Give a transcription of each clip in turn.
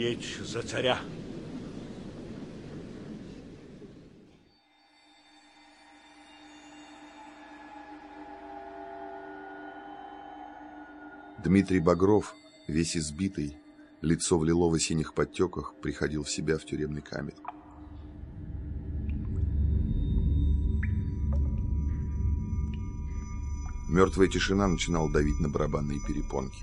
умереть за царя. Дмитрий Багров, весь избитый, лицо в лилово-синих подтеках, приходил в себя в тюремной камере. Мертвая тишина начинала давить на барабанные перепонки.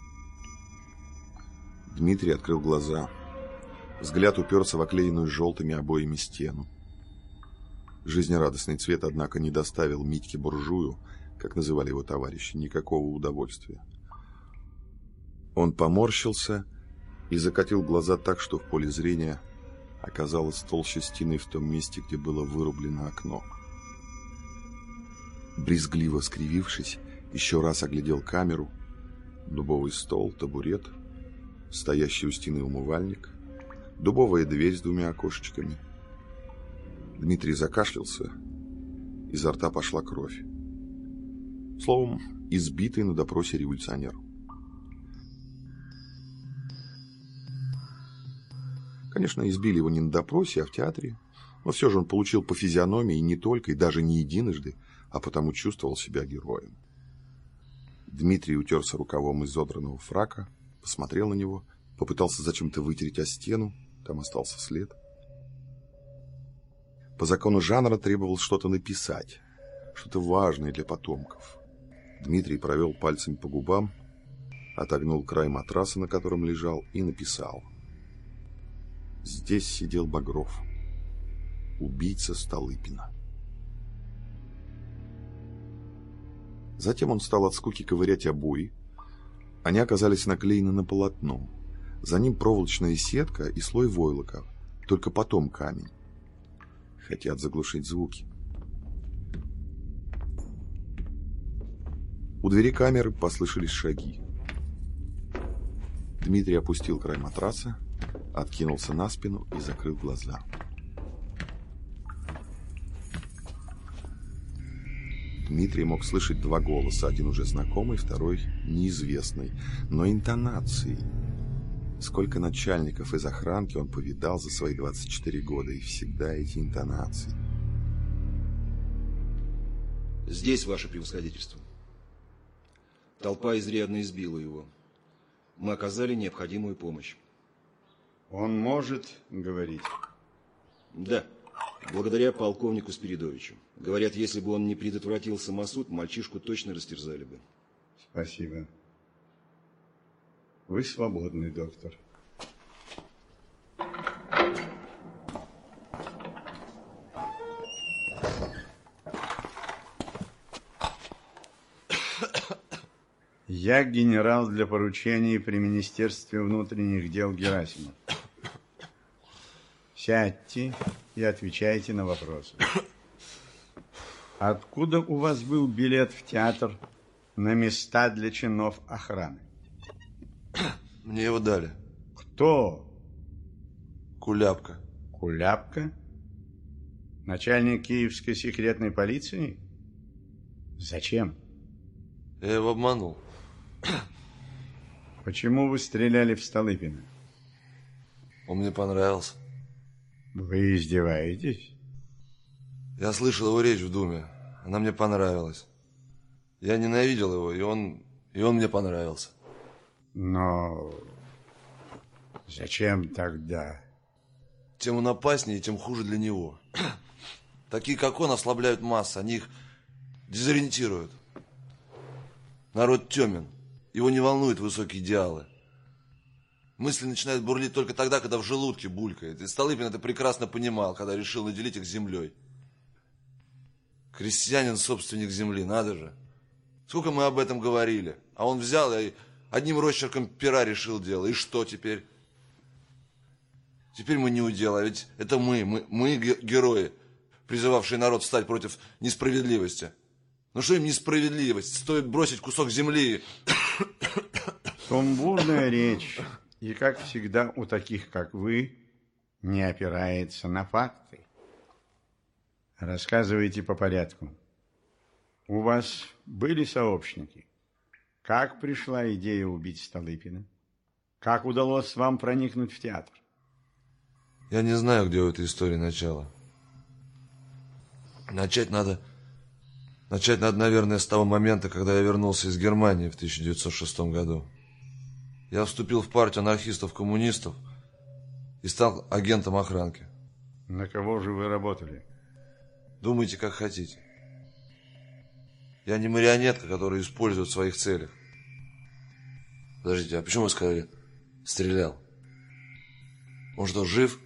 Дмитрий открыл глаза. Взгляд уперся в оклеенную желтыми обоями стену. Жизнерадостный цвет, однако, не доставил Митьке-буржую, как называли его товарищи, никакого удовольствия. Он поморщился и закатил глаза так, что в поле зрения оказалось толще стены в том месте, где было вырублено окно. Брезгливо скривившись, еще раз оглядел камеру, дубовый стол, табурет, стоящий у стены умывальник, дубовая дверь с двумя окошечками. Дмитрий закашлялся, изо рта пошла кровь. Словом, избитый на допросе революционер. Конечно, избили его не на допросе, а в театре, но все же он получил по физиономии не только и даже не единожды, а потому чувствовал себя героем. Дмитрий утерся рукавом изодранного фрака, посмотрел на него, попытался зачем-то вытереть о стену, там остался след. По закону жанра требовалось что-то написать, что-то важное для потомков. Дмитрий провел пальцем по губам, отогнул край матраса, на котором лежал, и написал: «Здесь сидел Багров, убийца Столыпина». Затем он стал от скуки ковырять обои. Они оказались наклеены на полотно. За ним проволочная сетка и слой войлока, только потом камень. Хотят заглушить звуки. У двери камеры послышались шаги. Дмитрий опустил край матраса, откинулся на спину и закрыл глаза. Дмитрий мог слышать два голоса, один уже знакомый, второй неизвестный, но интонации. Сколько начальников из охранки он повидал за свои 24 года, и всегда эти интонации. Здесь, ваше превосходительство. Толпа изрядно избила его. Мы оказали необходимую помощь. Он может говорить? Да, благодаря полковнику Спиридовичу. Говорят, если бы он не предотвратил самосуд, мальчишку точно растерзали бы. Спасибо. Вы свободны, доктор. Я генерал для поручений при Министерстве внутренних дел Герасимов. Сядьте и отвечайте на вопросы. Откуда у вас был билет в театр на места для чинов охраны? Мне его дали. Кто? Куляпка. Куляпка? Начальник киевской секретной полиции? Зачем? Я его обманул. Почему вы стреляли в Столыпина? Он мне понравился. Вы издеваетесь? Я слышал его речь в Думе. Она мне понравилась. Я ненавидел его, и он мне понравился. Но зачем тогда? Тем он опаснее, тем хуже для него. Такие, как он, ослабляют массы, они их дезориентируют. Народ темен, его не волнуют высокие идеалы. Мысли начинают бурлить только тогда, когда в желудке булькает. И Столыпин это прекрасно понимал, когда решил наделить их землей. Крестьянин, собственник земли, надо же. Сколько мы об этом говорили. А он взял и одним росчерком пера решил дело. И что теперь? Теперь мы не у дела, ведь это мы герои, призывавшие народ встать против несправедливости. Ну что им несправедливость? Стоит бросить кусок земли. Сумбурная речь. И, как всегда, у таких, как вы, не опирается на факты. Рассказывайте по порядку. У вас были сообщники? Как пришла идея убить Столыпина? Как удалось вам проникнуть в театр? Я не знаю, где у этой истории начало. Начать надо, наверное, с того момента, когда я вернулся из Германии в 1906 году. Я вступил в партию анархистов-коммунистов и стал агентом охранки. На кого же вы работали? Думайте, как хотите. Я не марионетка, которую используют в своих целях. Подождите, а почему вы сказали «стрелял»? Он что, жив?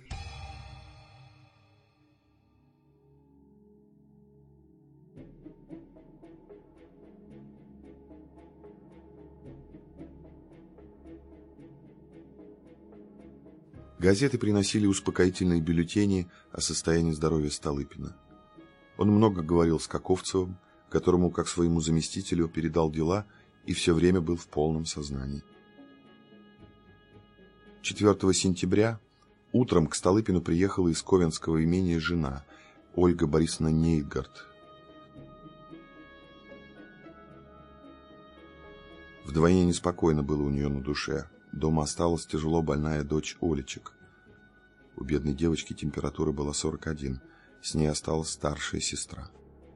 Газеты приносили успокоительные бюллетени о состоянии здоровья Столыпина. Он много говорил с Каковцевым, которому, как своему заместителю, передал дела и все время был в полном сознании. 4 сентября утром к Столыпину приехала из ковенского имения жена, Ольга Борисовна Нейтгард. Вдвойне неспокойно было у нее на душе. Дома осталась тяжело больная дочь Олечек. У бедной девочки температура была 41. С ней осталась старшая сестра.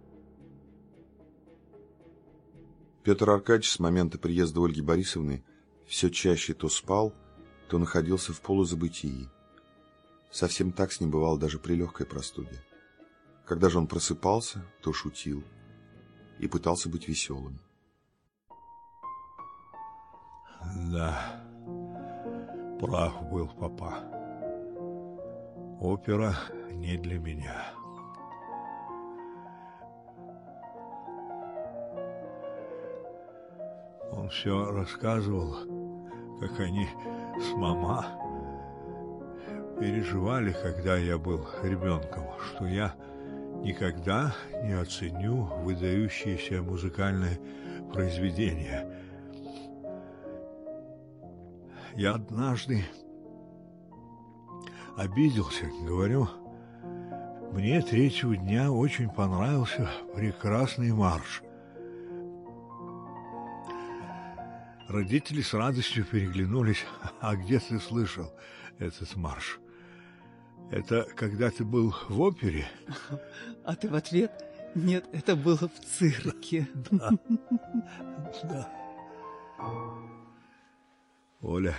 Петр Аркадьевич с момента приезда Ольги Борисовны все чаще то спал, то находился в полузабытии. Совсем так с ним бывало даже при легкой простуде. Когда же он просыпался, то шутил и пытался быть веселым. Да, прав был папа. Опера не для меня. Он все рассказывал, как они с мама переживали, когда я был ребенком, что я никогда не оценю выдающиеся музыкальные произведения. Я однажды обиделся, говорю, мне 3-го дня очень понравился прекрасный марш. Родители с радостью переглянулись. А где ты слышал этот марш? Это когда ты был в опере? А ты в ответ? Нет, это было в цирке. Да. Оля,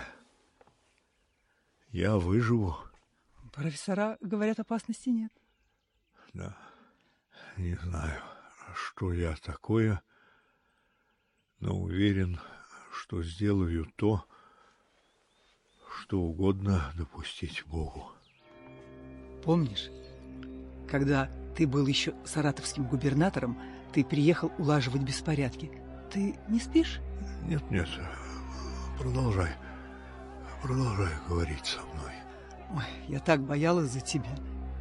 я выживу. Профессора говорят, опасности нет. Да. Не знаю, что я такое, но уверен, что сделаю то, что угодно допустить Богу. Помнишь, когда ты был еще саратовским губернатором, ты приехал улаживать беспорядки. Ты не спишь? Нет, продолжай говорить со мной. Ой, я так боялась за тебя.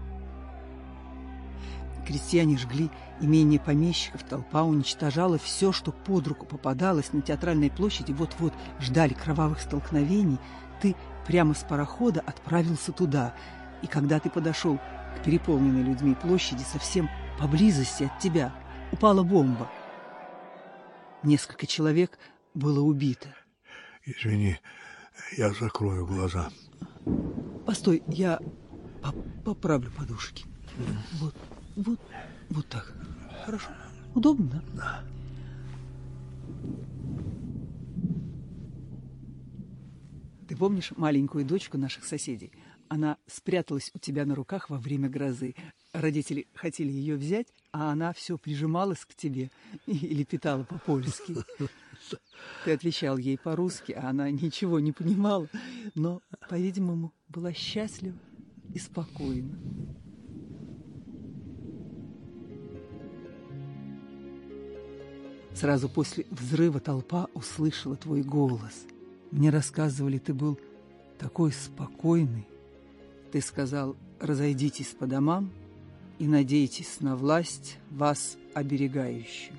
Крестьяне жгли имение помещиков, толпа уничтожала все, что под руку попадалось на Театральной площади. Вот-вот ждали кровавых столкновений. Ты прямо с парохода отправился туда. И когда ты подошел к переполненной людьми площади, совсем поблизости от тебя упала бомба. Несколько человек было убито. Извини, я закрою глаза. Постой, я поправлю подушки. Вот так. Хорошо. Удобно, да? Да. Ты помнишь маленькую дочку наших соседей? Она спряталась у тебя на руках во время грозы. Родители хотели ее взять, а она все прижималась к тебе и лепетала по-польски. Ты отвечал ей по-русски, а она ничего не понимала, но, по-видимому, была счастлива и спокойна. Сразу после взрыва толпа услышала твой голос. Мне рассказывали, ты был такой спокойный. Ты сказал: разойдитесь по домам и надейтесь на власть, вас оберегающую.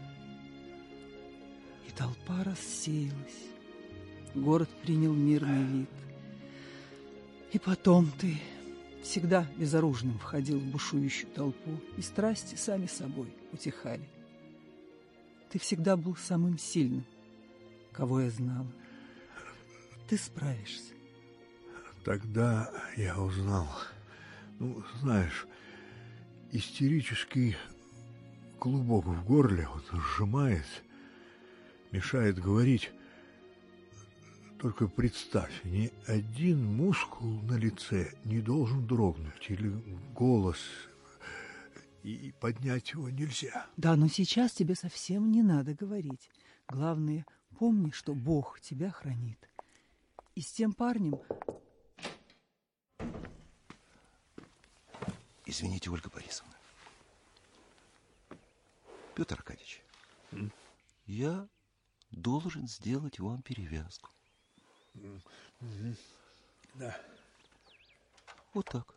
И толпа рассеялась. Город принял мирный вид. И потом ты всегда безоружным входил в бушующую толпу, и страсти сами собой утихали. Ты всегда был самым сильным, кого я знала. Ты справишься. Тогда я узнал, знаешь, истерический клубок в горле, он сжимает, мешает говорить. Только представь, ни один мускул на лице не должен дрогнуть, или голос, и поднять его нельзя. Да, но сейчас тебе совсем не надо говорить. Главное, помни, что Бог тебя хранит. И с тем парнем... Извините, Ольга Борисовна. Петр Аркадьевич, я должен сделать вам перевязку. Да. Вот так.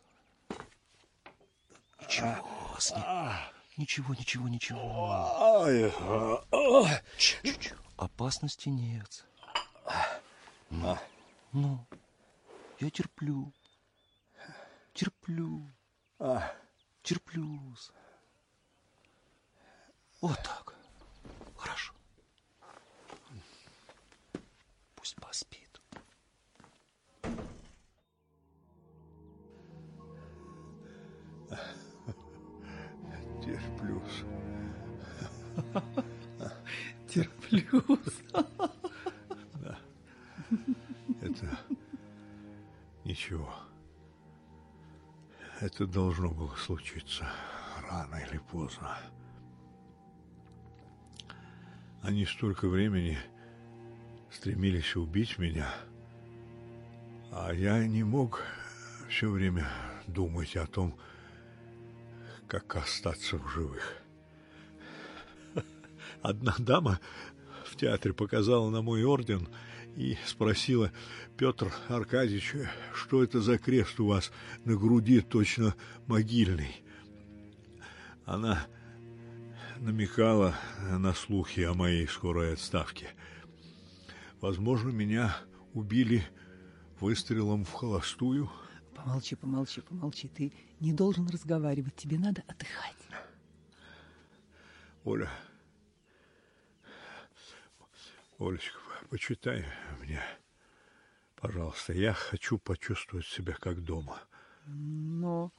Ничего, ничего. Чуть-чуть. Опасности нет. Ну, я терплю. Терплюсь. Вот так. Хорошо. Пусть поспит. Терплюсь. Терплюсь. Да. Это ничего. Это должно было случиться рано или поздно. Они столько времени стремились убить меня, а я не мог все время думать о том, как остаться в живых. Одна дама в театре показала на мой орден и спросила: Петр Аркадьевич, что это за крест у вас на груди, точно могильный? Она намекала на слухи о моей скорой отставке. Возможно, меня убили выстрелом в холостую. Помолчи. Ты не должен разговаривать. Тебе надо отдыхать. Олечка, почитай мне, пожалуйста. Я хочу почувствовать себя как дома. Но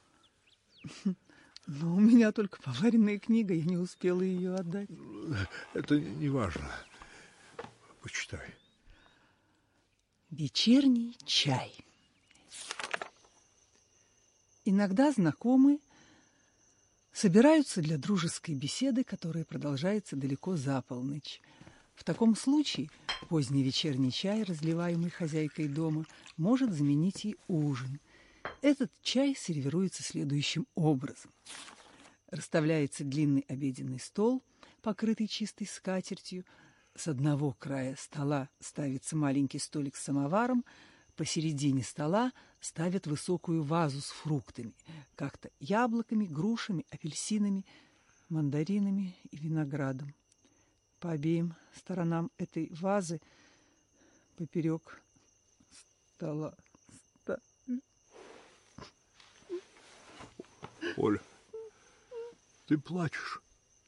у меня только поваренная книга. Я не успела ее отдать. Это не важно. Почитай. Вечерний чай. Иногда знакомые собираются для дружеской беседы, которая продолжается далеко за полночь. В таком случае поздний вечерний чай, разливаемый хозяйкой дома, может заменить и ужин. Этот чай сервируется следующим образом. Расставляется длинный обеденный стол, покрытый чистой скатертью. С одного края стола ставится маленький столик с самоваром, посередине стола ставят высокую вазу с фруктами, как-то яблоками, грушами, апельсинами, мандаринами и виноградом. По обеим сторонам этой вазы поперек стола. Оля, ты плачешь?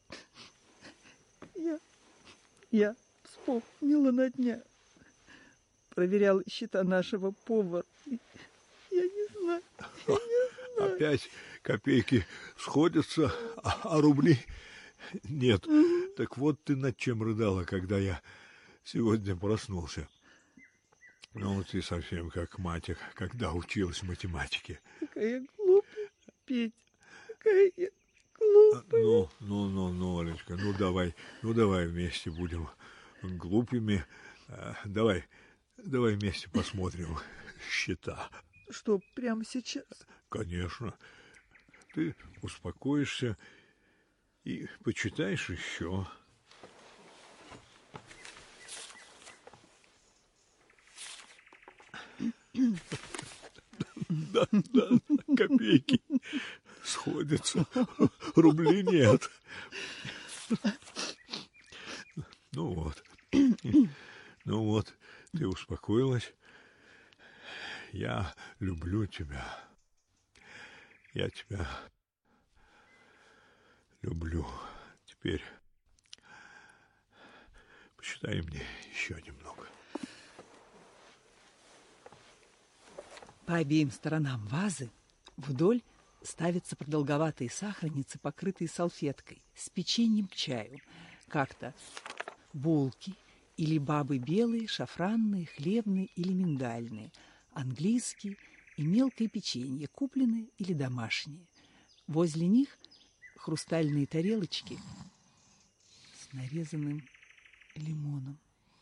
Я вспомнила на днях. Проверял счета нашего повара. Я не знаю. Опять копейки сходятся, а рубли нет. Так вот ты над чем рыдала, когда я сегодня проснулся. Ну, ты совсем как мать, когда училась математике. Какая глупая, Петь. Какая я глупая. Ну, Олечка, давай вместе будем глупыми. Давай вместе посмотрим счета. Что, прямо сейчас? Конечно. Ты успокоишься и почитаешь еще. Да, копейки сходятся, рублей нет. Ну вот, ты успокоилась. Я люблю тебя. Я тебя люблю. Теперь почитай мне еще немного. По обеим сторонам вазы вдоль ставятся продолговатые сахарницы, покрытые салфеткой, с печеньем к чаю. Как-то булки или бабы белые, шафранные, хлебные или миндальные, английские и мелкое печенье, купленные или домашние. Возле них хрустальные тарелочки с нарезанным лимоном.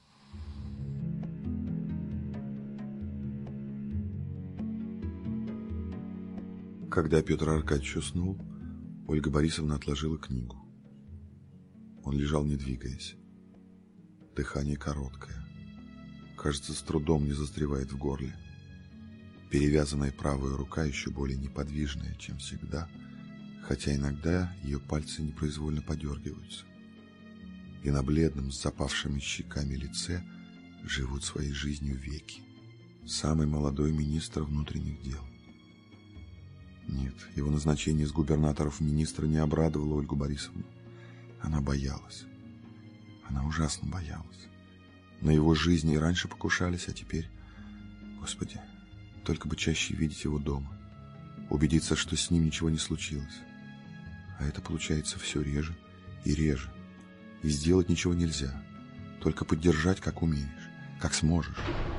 Когда Петр Аркадьевич уснул, Ольга Борисовна отложила книгу. Он лежал, не двигаясь. Дыхание короткое. Кажется, с трудом не застревает в горле. Перевязанная правая рука еще более неподвижная, чем всегда, хотя иногда ее пальцы непроизвольно подергиваются. И на бледном, с запавшими щеками лице живут своей жизнью веки. Самый молодой министр внутренних дел. Нет, его назначение с губернаторов в министра не обрадовало Ольгу Борисовну. Она боялась. Она ужасно боялась. На его жизнь и раньше покушались, а теперь... Господи, только бы чаще видеть его дома. Убедиться, что с ним ничего не случилось. А это получается все реже и реже. И сделать ничего нельзя. Только поддержать, как умеешь, как сможешь.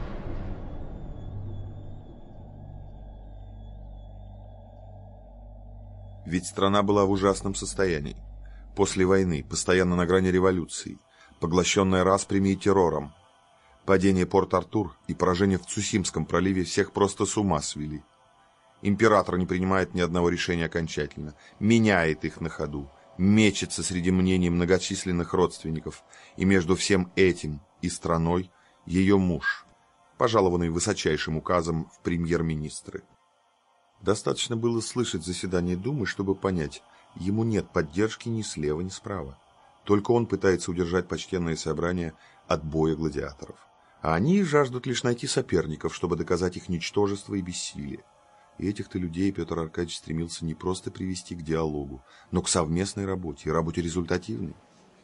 Ведь страна была в ужасном состоянии. После войны, постоянно на грани революции, поглощенная распрями и террором. Падение Порт-Артур и поражение в Цусимском проливе всех просто с ума свели. Император не принимает ни одного решения окончательно, меняет их на ходу, мечется среди мнений многочисленных родственников, и между всем этим и страной ее муж, пожалованный высочайшим указом в премьер-министры. Достаточно было слышать заседание Думы, чтобы понять, ему нет поддержки ни слева, ни справа. Только он пытается удержать почтенное собрание от боя гладиаторов. А они жаждут лишь найти соперников, чтобы доказать их ничтожество и бессилие. И этих-то людей Петр Аркадьевич стремился не просто привести к диалогу, но к совместной работе, и работе результативной.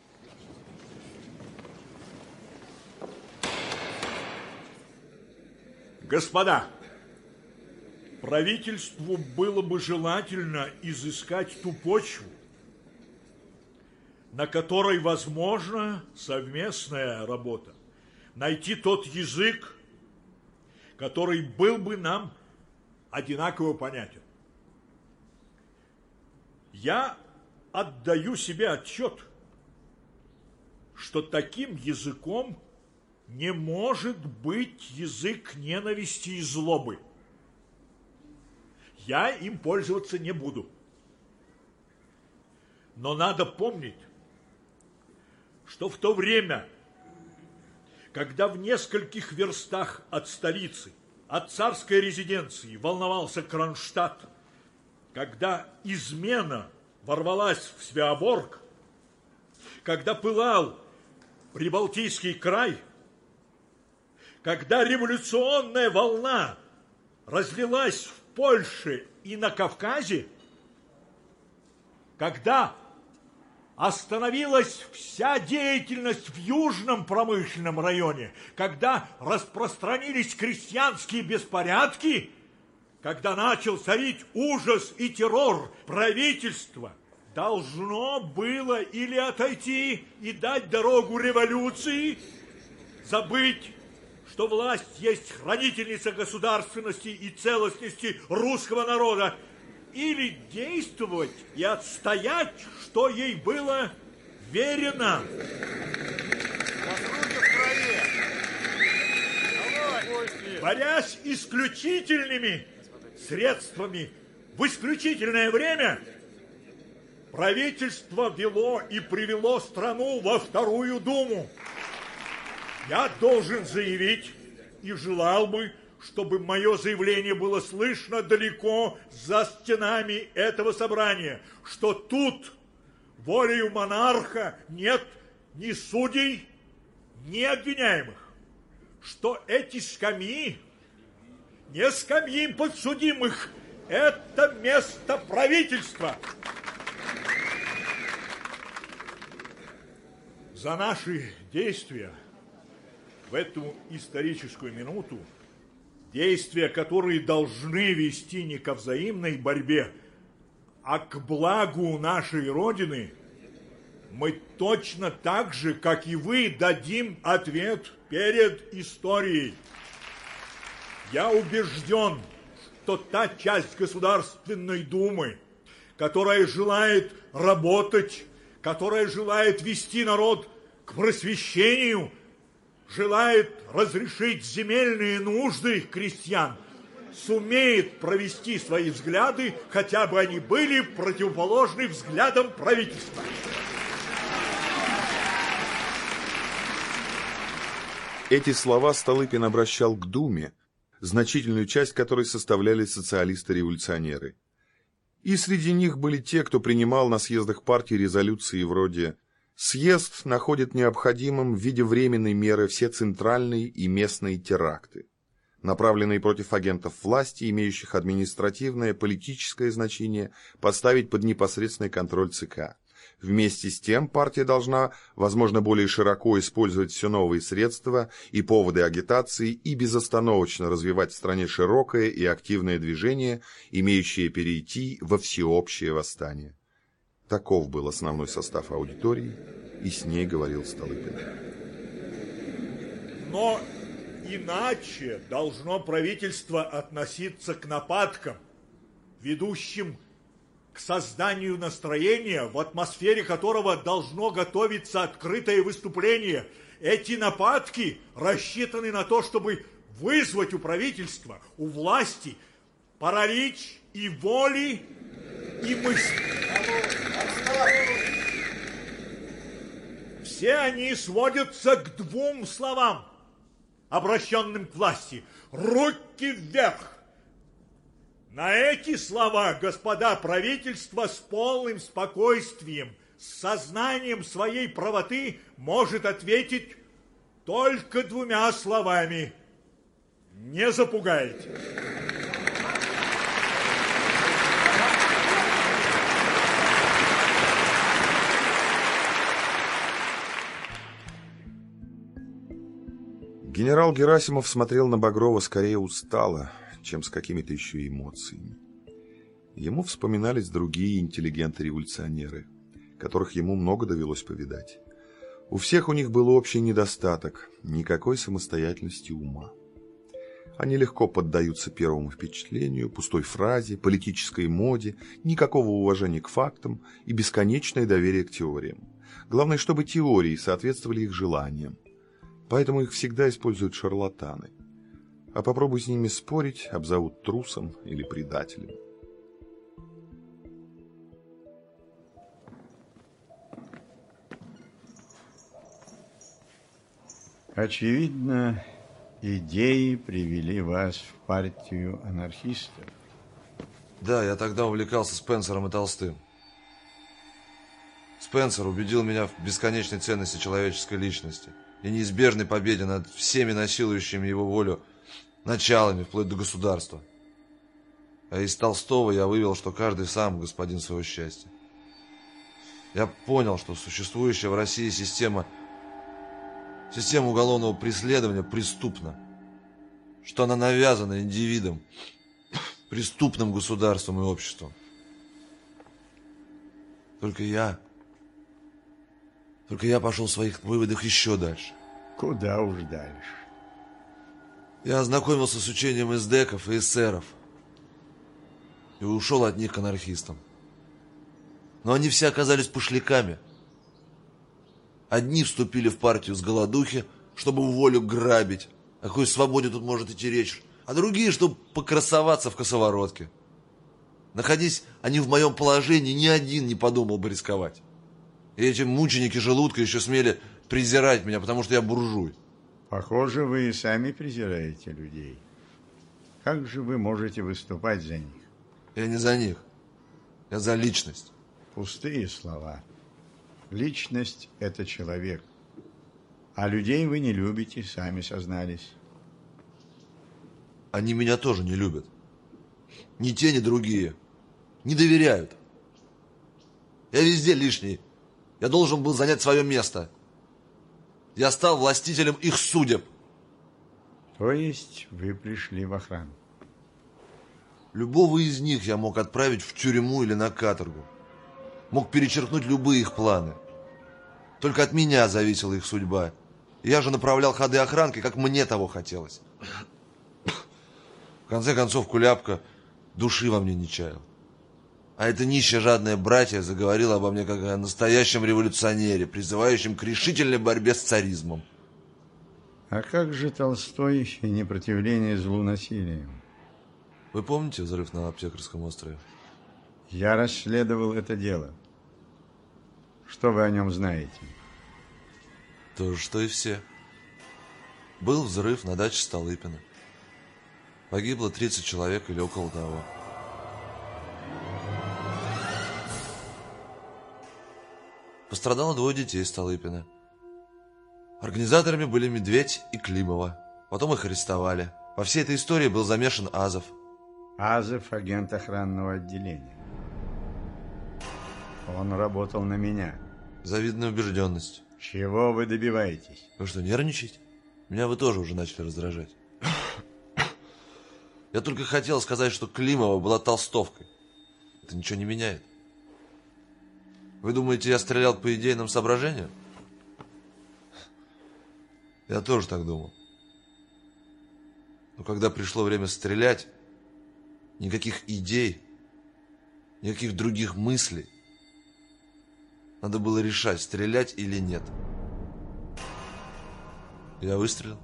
Господа, правительству было бы желательно изыскать ту почву, на которой возможна совместная работа. Найти тот язык, который был бы нам одинаково понятен. Я отдаю себе отчет, что таким языком не может быть язык ненависти и злобы. Я им пользоваться не буду. Но надо помнить, что в то время, когда в нескольких верстах от столицы, от царской резиденции волновался Кронштадт, когда измена ворвалась в Свеоборг, когда пылал Прибалтийский край, когда революционная волна разлилась в Польше и на Кавказе, когда остановилась вся деятельность в Южном промышленном районе, когда распространились крестьянские беспорядки, когда начал царить ужас и террор, правительство должно было или отойти и дать дорогу революции, забыть, что власть есть хранительница государственности и целостности русского народа, или действовать и отстоять, что ей было верено. Борясь исключительными средствами в исключительное время, правительство вело и привело страну во Вторую Думу. Я должен заявить и желал бы, чтобы мое заявление было слышно далеко за стенами этого собрания, что тут волею монарха нет ни судей, ни обвиняемых, что эти скамьи не скамьи подсудимых, это место правительства. За наши действия в эту историческую минуту Действия, которые должны вести не ко взаимной борьбе, а к благу нашей Родины, мы точно так же, как и вы, дадим ответ перед историей. Я убежден, что та часть Государственной Думы, которая желает работать, которая желает вести народ к просвещению, желает разрешить земельные нужды крестьян, сумеет провести свои взгляды, хотя бы они были противоположны взглядам правительства. Эти слова Столыпин обращал к Думе, значительную часть которой составляли социалисты-революционеры. И среди них были те, кто принимал на съездах партии резолюции вроде «Съезд находит необходимым в виде временной меры все центральные и местные теракты, направленные против агентов власти, имеющих административное, политическое значение, поставить под непосредственный контроль ЦК. Вместе с тем партия должна, возможно, более широко использовать все новые средства и поводы агитации и безостановочно развивать в стране широкое и активное движение, имеющее перейти во всеобщее восстание». Таков был основной состав аудитории, и с ней говорил Столыпин. Но иначе должно правительство относиться к нападкам, ведущим к созданию настроения, в атмосфере которого должно готовиться открытое выступление. Эти нападки рассчитаны на то, чтобы вызвать у правительства, у власти паралич и воли, и мысли. Все они сводятся к двум словам, обращенным к власти: руки вверх. На эти слова господа правительства с полным спокойствием, с сознанием своей правоты может ответить только двумя словами: не запугаете. Генерал Герасимов смотрел на Багрова скорее устало, чем с какими-то еще эмоциями. Ему вспоминались другие интеллигенты-революционеры, которых ему много довелось повидать. У всех у них был общий недостаток – никакой самостоятельности ума. Они легко поддаются первому впечатлению, пустой фразе, политической моде, никакого уважения к фактам и бесконечное доверие к теориям. Главное, чтобы теории соответствовали их желаниям. Поэтому их всегда используют шарлатаны. А попробуй с ними спорить, обзовут трусом или предателем. Очевидно, идеи привели вас в партию анархистов. Да, я тогда увлекался Спенсером и Толстым. Спенсер убедил меня в бесконечной ценности человеческой личности и неизбежной победе над всеми насилующими его волю началами, вплоть до государства. А из Толстого я вывел, что каждый сам господин своего счастья. Я понял, что существующая в России система уголовного преследования преступна, что она навязана индивидом, преступным государством и обществом. Только я пошел в своих выводах еще дальше. Куда уж дальше? Я ознакомился с учением эсдеков и эсеров и ушел от них к анархистам. Но они все оказались пошляками. Одни вступили в партию с голодухи, чтобы в волю грабить. О какой свободе тут может идти речь? А другие, чтобы покрасоваться в косоворотке. Находясь они в моем положении, ни один не подумал бы рисковать. И эти мученики желудка еще смели презирать меня, потому что я буржуй. Похоже, вы и сами презираете людей. Как же вы можете выступать за них? Я не за них. Я за личность. Пустые слова. Личность – это человек. А людей вы не любите, сами сознались. Они меня тоже не любят. Ни те, ни другие. Не доверяют. Я везде лишний. Я должен был занять свое место. Я стал властителем их судеб. То есть вы пришли в охрану? Любого из них я мог отправить в тюрьму или на каторгу. Мог перечеркнуть любые их планы. Только от меня зависела их судьба. Я же направлял ходы охранки, как мне того хотелось. В конце концов, Куляпка души во мне не чаял. А это нищее жадное братья заговорило обо мне как о настоящем революционере, призывающем к решительной борьбе с царизмом. А как же Толстой и непротивление злу насилием? Вы помните взрыв на Аптекарском острове? Я расследовал это дело. Что вы о нем знаете? То же, что и все. Был взрыв на даче Столыпина. Погибло 30 человек или около того. Пострадало 2 детей Столыпина. Организаторами были Медведь и Климова. Потом их арестовали. Во всей этой истории был замешан Азов. Азов – агент охранного отделения. Он работал на меня. Завидная убежденность. Чего вы добиваетесь? Вы что, нервничаете? Меня вы тоже уже начали раздражать. Я только хотел сказать, что Климова была толстовкой. Это ничего не меняет. Вы думаете, я стрелял по идейным соображениям? Я тоже так думал. Но когда пришло время стрелять, никаких идей, никаких других мыслей. Надо было решать, стрелять или нет. Я выстрелил.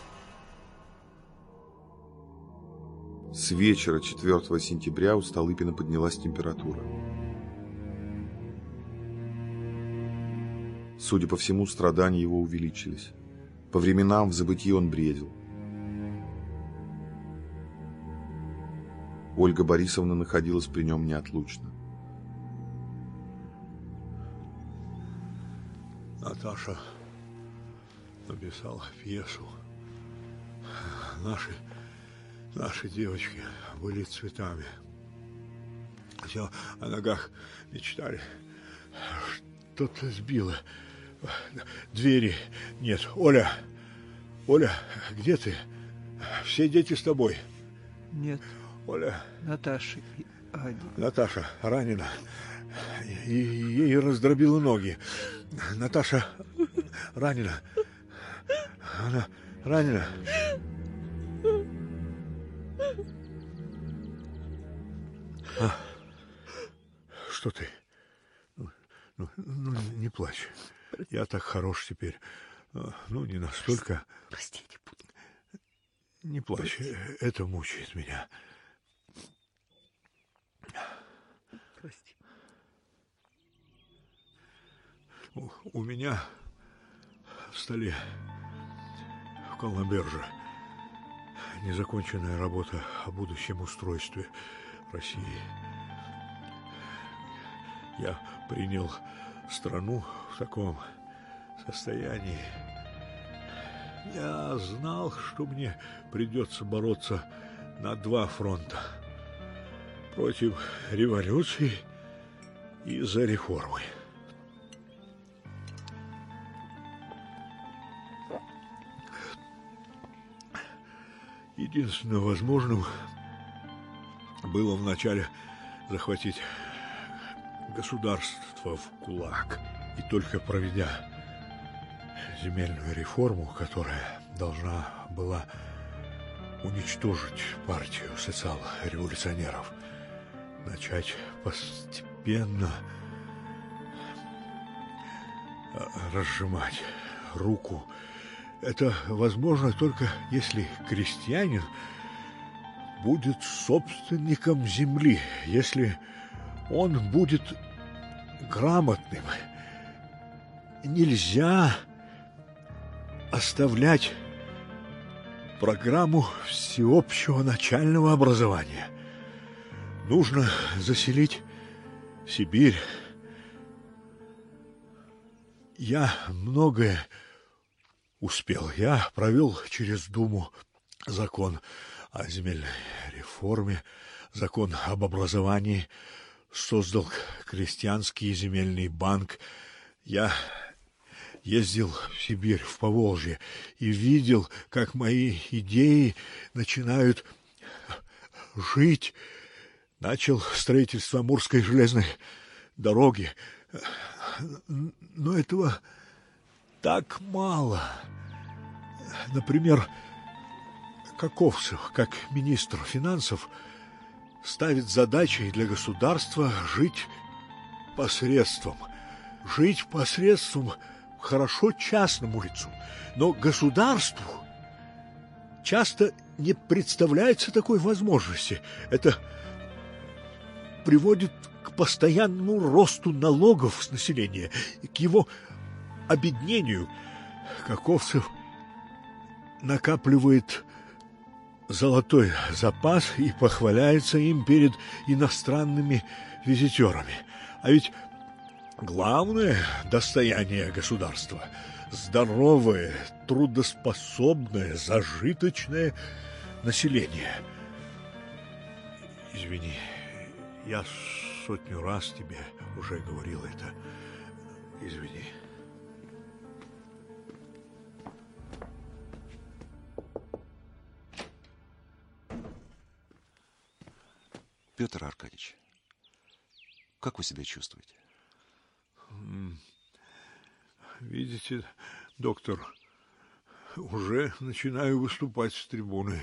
С вечера 4 сентября у Столыпина поднялась температура. Судя по всему, страдания его увеличились. По временам в забытии он бредил. Ольга Борисовна находилась при нем неотлучно. Наташа написала пьесу. Наши девочки были цветами. Все о ногах мечтали. Что-то сбило. Двери нет. Оля, где ты? Все дети с тобой? Нет. Оля. Наташа и Аня. Наташа ранена. И ей раздробило ноги. Наташа ранена. Она ранена. Что ты? Ну, не плачь. Я так хорош теперь. Ну, не настолько. Прости, не буду. Не плачь. Прости. Это мучает меня. Прости. У меня в столе в Колноберже незаконченная работа о будущем устройстве России. Я принял страну в таком состоянии. Я знал, что мне придется бороться на 2 фронта. Против революции и за реформы. Единственным возможным было вначале захватить государство в кулак. И только проведя земельную реформу, которая должна была уничтожить партию социал-революционеров, начать постепенно разжимать руку. Это возможно только если крестьянин будет собственником земли, если он будет грамотным. Нельзя оставлять программу всеобщего начального образования. Нужно заселить Сибирь. Я многое успел. Я провел через Думу закон о земельной реформе, закон об образовании, создал крестьянский земельный банк. Я ездил в Сибирь, в Поволжье, и видел, как мои идеи начинают жить. Начал строительство Амурской железной дороги. Но этого так мало. Например, Каковцев, как министр финансов, ставит задачей для государства жить посредством. Жить посредством хорошо частному лицу, но государству часто не представляется такой возможности. Это приводит к постоянному росту налогов с населения, к его обеднению. Каковцев накапливает золотой запас и похваляется им перед иностранными визитерами. А ведь главное достояние государства – здоровое, трудоспособное, зажиточное население. Извини, я 100 раз тебе уже говорил это. Извини. Петр Аркадьевич, как вы себя чувствуете? Видите, доктор, уже начинаю выступать с трибуны.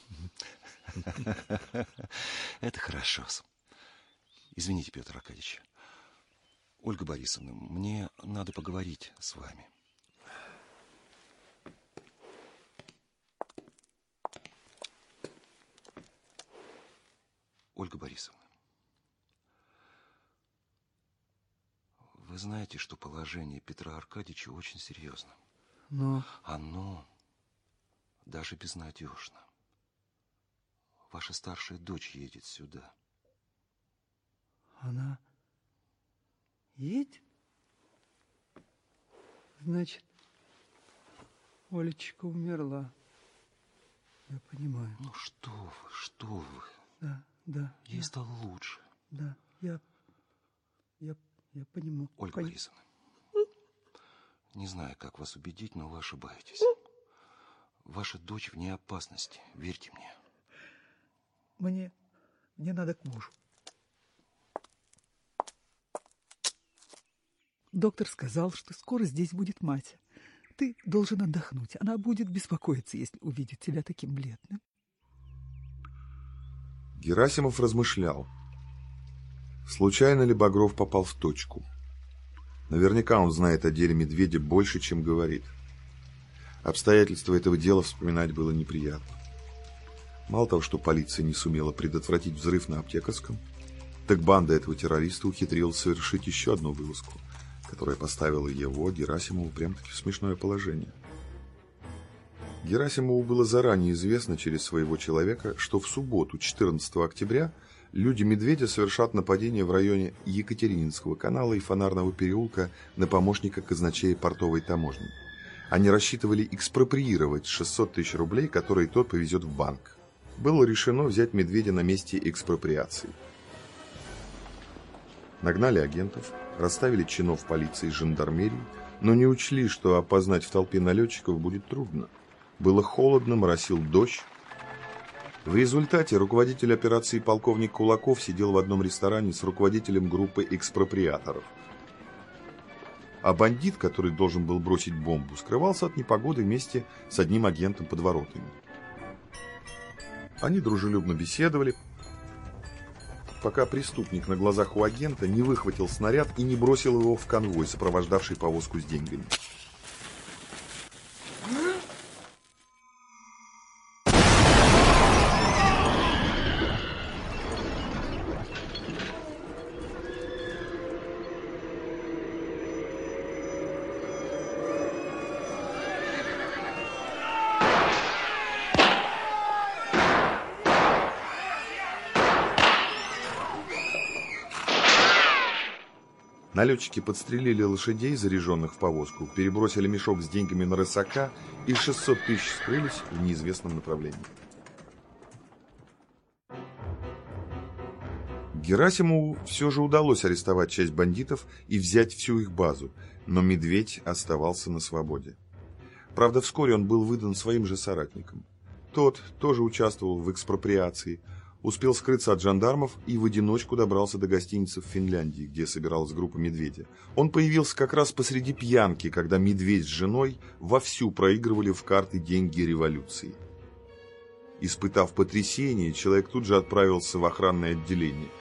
Это хорошо. Извините, Петр Аркадьевич. Ольга Борисовна, мне надо поговорить с вами. Ольга Борисовна, вы знаете, что положение Петра Аркадьевича очень серьезно. Но... Оно даже безнадежно. Ваша старшая дочь едет сюда. Она едет? Значит, Олечка умерла. Я понимаю. Ну что вы. Да. Ей стало лучше. Да, я понимаю. Ольга Борисовна, не знаю, как вас убедить, но вы ошибаетесь. Ваша дочь вне опасности, верьте мне. Мне надо к мужу. Доктор сказал, что скоро здесь будет мать. Ты должен отдохнуть. Она будет беспокоиться, если увидит тебя таким бледным. Герасимов размышлял. Случайно ли Багров попал в точку? Наверняка он знает о деле Медведя больше, чем говорит. Обстоятельства этого дела вспоминать было неприятно. Мало того, что полиция не сумела предотвратить взрыв на Аптековском, так банда этого террориста ухитрилась совершить еще одну вылазку, которая поставила его, Герасимову, прям-таки в смешное положение. Герасимову было заранее известно через своего человека, что в субботу, 14 октября, люди Медведя совершат нападение в районе Екатерининского канала и Фонарного переулка на помощника казначея портовой таможни. Они рассчитывали экспроприировать 600 тысяч рублей, которые тот повезет в банк. Было решено взять Медведя на месте экспроприации. Нагнали агентов, расставили чинов полиции и жандармерии, но не учли, что опознать в толпе налетчиков будет трудно. Было холодно, моросил дождь. В результате руководитель операции полковник Кулаков сидел в одном ресторане с руководителем группы экспроприаторов. А бандит, который должен был бросить бомбу, скрывался от непогоды вместе с одним агентом под воротами. Они дружелюбно беседовали, пока преступник на глазах у агента не выхватил снаряд и не бросил его в конвой, сопровождавший повозку с деньгами. Налетчики подстрелили лошадей, заряженных в повозку, перебросили мешок с деньгами на рысака и 600 тысяч скрылись в неизвестном направлении. Герасимову все же удалось арестовать часть бандитов и взять всю их базу, но Медведь оставался на свободе. Правда, вскоре он был выдан своим же соратникам. Тот тоже участвовал в экспроприации, успел скрыться от жандармов и в одиночку добрался до гостиницы в Финляндии, где собиралась группа Медведя. Он появился как раз посреди пьянки, когда Медведь с женой вовсю проигрывали в карты деньги революции. Испытав потрясение, человек тут же отправился в охранное отделение.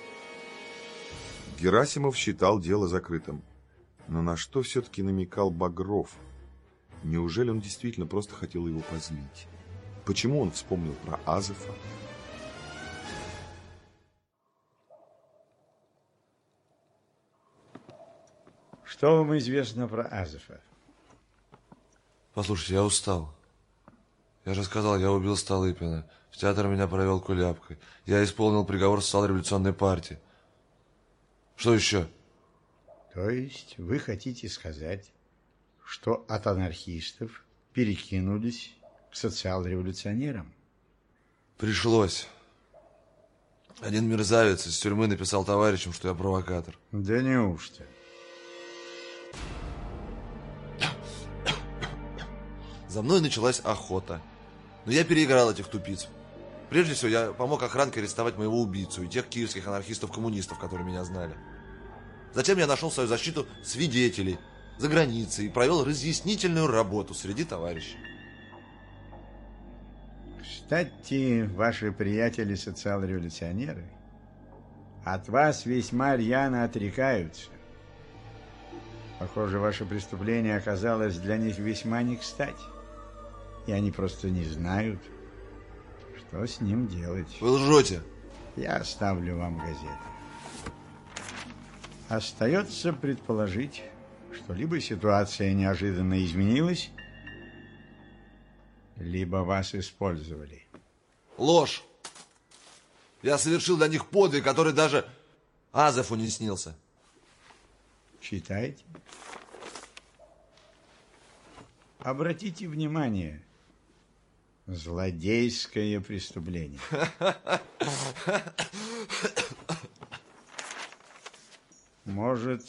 Герасимов считал дело закрытым. Но на что все-таки намекал Багров? Неужели он действительно просто хотел его позлить? Почему он вспомнил про Азефа? Что вам известно про Азефа? Послушайте, я устал. Я же сказал, я убил Столыпина. В театр меня провел Куляпкой. Я исполнил приговор социал-революционной партии. Что еще? То есть вы хотите сказать, что от анархистов перекинулись к социал-революционерам? Пришлось. Один мерзавец из тюрьмы написал товарищам, что я провокатор. Да неужто? За мной началась охота. Но я переиграл этих тупиц. Прежде всего, я помог охранке арестовать моего убийцу и тех киевских анархистов-коммунистов, которые меня знали. Затем я нашел в свою защиту свидетелей за границей и провел разъяснительную работу среди товарищей. Кстати, ваши приятели-социал-революционеры от вас весьма рьяно отрекаются. Похоже, ваше преступление оказалось для них весьма не кстати. И они просто не знают, что с ним делать. Вы лжете. Я оставлю вам газеты. Остается предположить, что либо ситуация неожиданно изменилась, либо вас использовали. Ложь. Я совершил для них подвиг, который даже Азефу не снился. Читайте. Обратите внимание. Злодейское преступление. Может,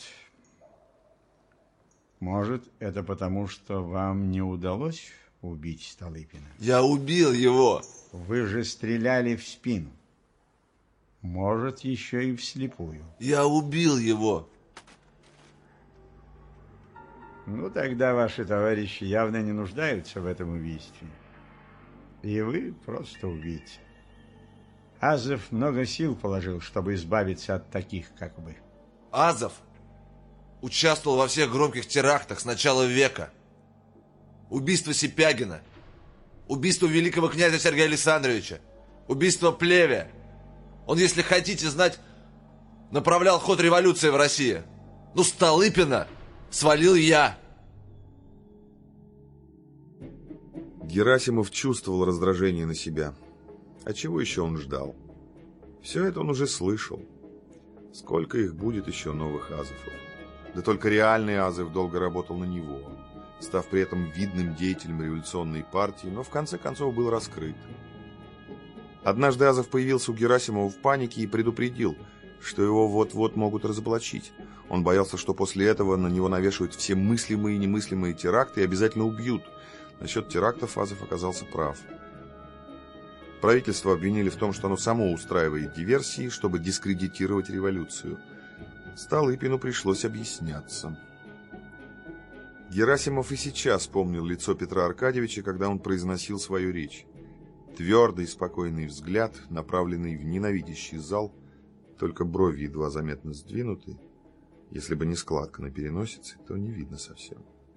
это потому, что вам не удалось убить Столыпина? Я убил его. Вы же стреляли в спину. Может, еще и вслепую. Я убил его. Ну, тогда ваши товарищи явно не нуждаются в этом убийстве. И вы просто убийца. Азеф много сил положил, чтобы избавиться от таких, как вы. Азеф участвовал во всех громких терактах с начала века. Убийство Сипягина, убийство великого князя Сергея Александровича, убийство Плеве. Он, если хотите знать, направлял ход революции в России. Ну, Столыпина свалил я. Герасимов чувствовал раздражение на себя. А чего еще он ждал? Все это он уже слышал. Сколько их будет еще новых Азефов? Да только реальный Азеф долго работал на него, став при этом видным деятелем революционной партии, но в конце концов был раскрыт. Однажды Азеф появился у Герасимова в панике и предупредил, что его вот-вот могут разоблачить. Он боялся, что после этого на него навешивают все мыслимые и немыслимые теракты и обязательно убьют. Насчет терактов Азеф оказался прав. Правительство обвинили в том, что оно само устраивает диверсии, чтобы дискредитировать революцию. Столыпину пришлось объясняться. Герасимов и сейчас помнил лицо Петра Аркадьевича, когда он произносил свою речь. Твердый, спокойный взгляд, направленный в ненавидящий зал, только брови едва заметно сдвинуты. Если бы не складка на переносице, то не видно совсем.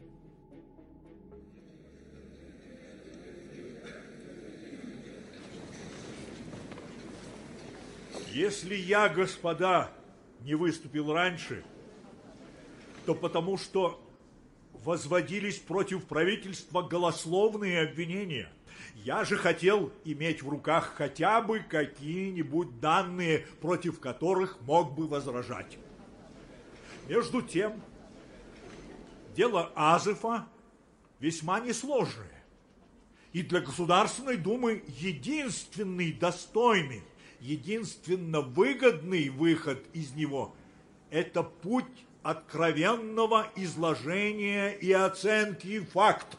Если я, господа, не выступил раньше, то потому что возводились против правительства голословные обвинения. Я же хотел иметь в руках хотя бы какие-нибудь данные, против которых мог бы возражать. Между тем, дело Азефа весьма несложное. И для Государственной Думы единственный достойный, единственно выгодный выход из него – это путь откровенного изложения и оценки фактов.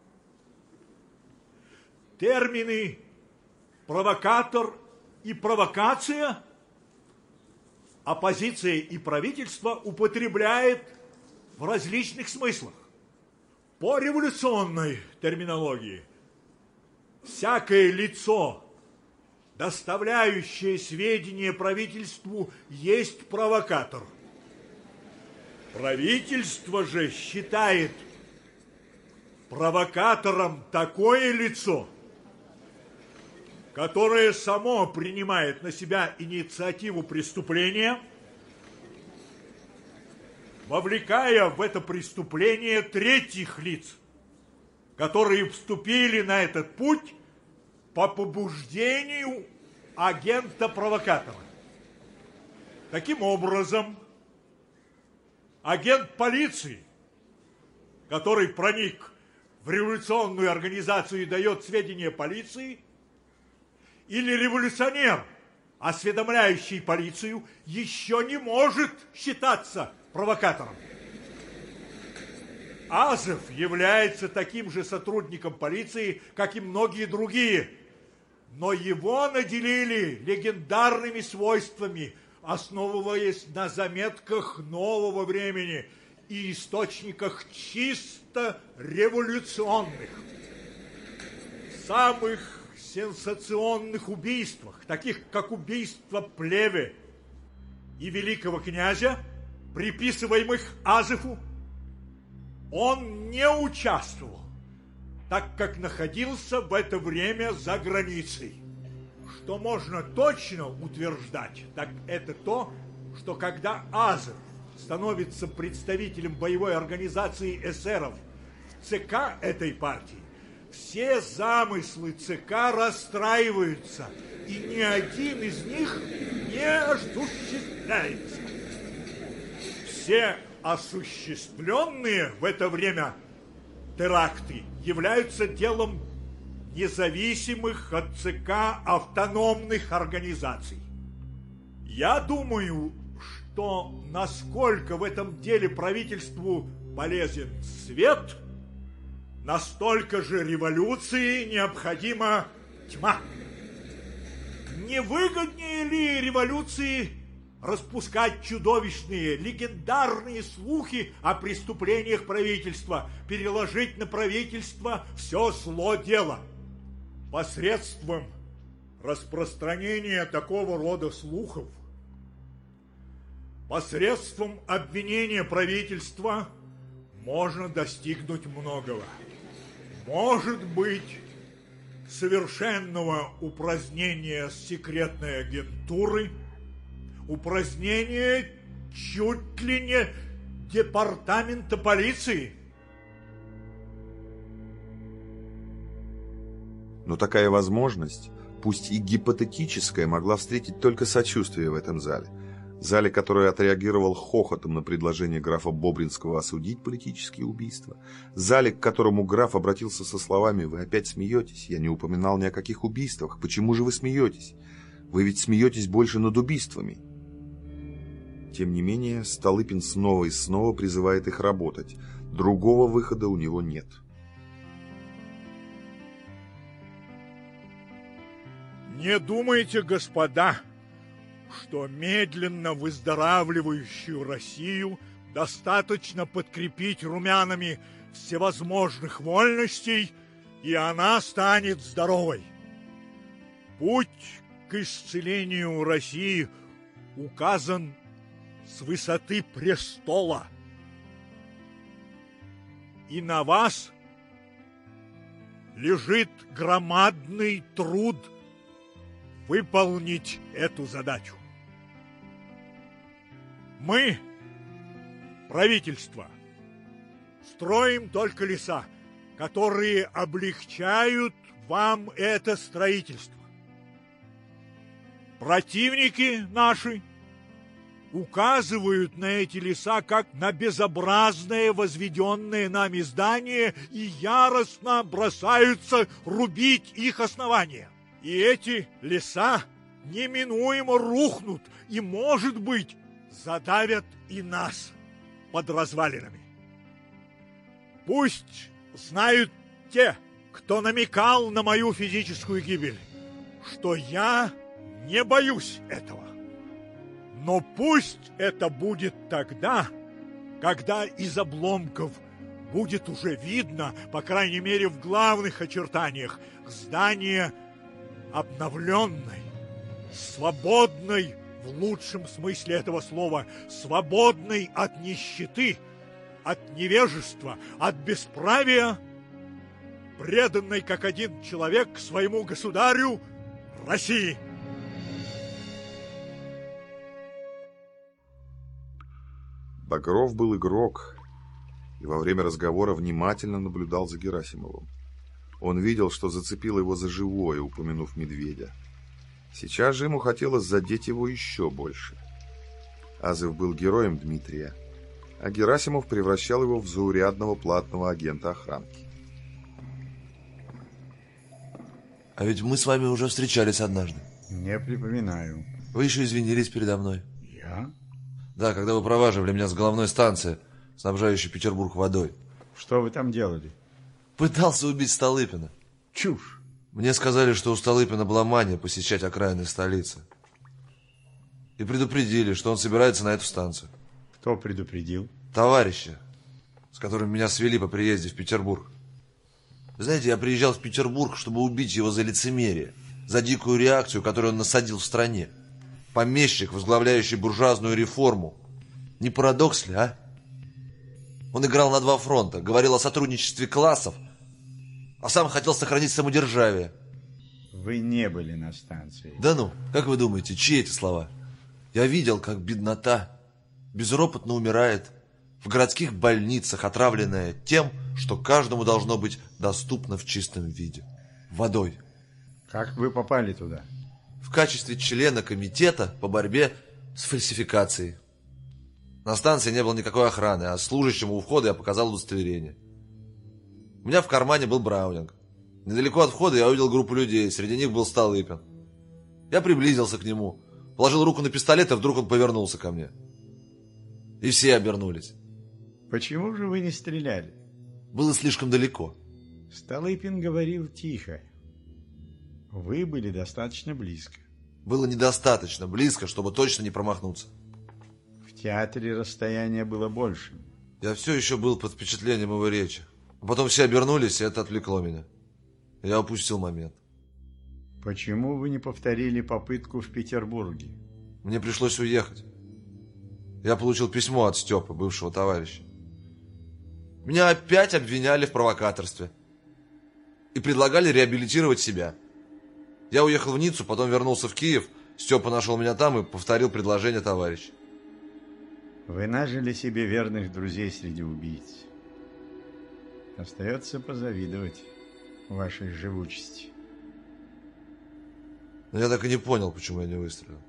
Термины «провокатор» и «провокация» оппозиция и правительство употребляет в различных смыслах. По революционной терминологии всякое лицо, доставляющее сведения правительству, есть провокатор. Правительство же считает провокатором такое лицо, которое само принимает на себя инициативу преступления, вовлекая в это преступление третьих лиц, которые вступили на этот путь по побуждению агента-провокатора. Таким образом, агент полиции, который проник в революционную организацию и дает сведения полиции, или революционер, осведомляющий полицию, еще не может считаться провокатором. Азов является таким же сотрудником полиции, как и многие другие, но его наделили легендарными свойствами, основываясь на заметках нового времени и источниках чисто революционных. В самых сенсационных убийствах, таких как убийство Плеве и великого князя, приписываемых Азефу, он не участвовал, так как находился в это время за границей. Что можно точно утверждать, так это то, что когда Азеф становится представителем боевой организации эсеров в ЦК этой партии, все замыслы ЦК расстраиваются, и ни один из них не осуществляется. Все осуществленные в это время теракты являются делом независимых от ЦК автономных организаций. Я думаю, что насколько в этом деле правительству полезен свет, настолько же революции необходима тьма. Не выгоднее ли революции распускать чудовищные, легендарные слухи о преступлениях правительства, переложить на правительство все зло дела? Посредством распространения такого рода слухов, посредством обвинения правительства можно достигнуть многого. Может быть, совершенного упразднения секретной агентуры, упразднения чуть ли не департамента полиции. Но такая возможность, пусть и гипотетическая, могла встретить только сочувствие в этом зале. Зале, который отреагировал хохотом на предложение графа Бобринского осудить политические убийства. Зале, к которому граф обратился со словами: «Вы опять смеетесь? Я не упоминал ни о каких убийствах. Почему же вы смеетесь? Вы ведь смеетесь больше над убийствами». Тем не менее, Столыпин снова и снова призывает их работать. Другого выхода у него нет. Не думайте, господа, что медленно выздоравливающую Россию достаточно подкрепить румянами всевозможных вольностей, и она станет здоровой. Путь к исцелению России указан с высоты престола. И на вас лежит громадный труд выполнить эту задачу. Мы, правительство, строим только леса, которые облегчают вам это строительство. Противники наши указывают на эти леса как на безобразное возведенное нами здание и яростно бросаются рубить их основания. И эти леса неминуемо рухнут и, может быть, задавят и нас под развалинами. Пусть знают те, кто намекал на мою физическую гибель, что я не боюсь этого. Но пусть это будет тогда, когда из обломков будет уже видно, по крайней мере в главных очертаниях, здание обновленной, свободной, в лучшем смысле этого слова, свободной от нищеты, от невежества, от бесправия, преданной как один человек своему государю России. Багров был игрок и во время разговора внимательно наблюдал за Герасимовым. Он видел, что зацепил его за живое, упомянув медведя. Сейчас же ему хотелось задеть его еще больше. Азов был героем Дмитрия, а Герасимов превращал его в заурядного платного агента охранки. А ведь мы с вами уже встречались однажды. Не припоминаю. Вы еще извинились передо мной. Я? Да, когда вы проваживали меня с головной станции, снабжающей Петербург водой. Что вы там делали? Пытался убить Столыпина. Чушь. Мне сказали, что у Столыпина была мания посещать окраины столицы. И предупредили, что он собирается на эту станцию. Кто предупредил? Товарищи, с которыми меня свели по приезде в Петербург. Знаете, я приезжал в Петербург, чтобы убить его за лицемерие, за дикую реакцию, которую он насадил в стране. Помещик, возглавляющий буржуазную реформу. Не парадокс ли, а? Он играл на два фронта, говорил о сотрудничестве классов, а сам хотел сохранить самодержавие. Вы не были на станции. Да ну, как вы думаете, чьи эти слова? Я видел, как беднота безропотно умирает в городских больницах, отравленная тем, что каждому должно быть доступно в чистом виде. Водой. Как вы попали туда? В качестве члена комитета по борьбе с фальсификацией. На станции не было никакой охраны, а служащему у входа я показал удостоверение. У меня в кармане был браунинг. Недалеко от входа я увидел группу людей, среди них был Столыпин. Я приблизился к нему, положил руку на пистолет, и вдруг он повернулся ко мне. И все обернулись. Почему же вы не стреляли? Было слишком далеко. Столыпин говорил тихо. Вы были достаточно близко. Было недостаточно близко, чтобы точно не промахнуться. В театре расстояние было большим. Я все еще был под впечатлением его речи. Потом все обернулись, и это отвлекло меня. Я упустил момент. Почему вы не повторили попытку в Петербурге? Мне пришлось уехать. Я получил письмо от Степы, бывшего товарища. Меня опять обвиняли в провокаторстве. И предлагали реабилитировать себя. Я уехал в Ниццу, потом вернулся в Киев. Степа нашел меня там и повторил предложение товарища. Вы нажили себе верных друзей среди убийц. Остается позавидовать вашей живучести. Но я так и не понял, почему я не выстрелил.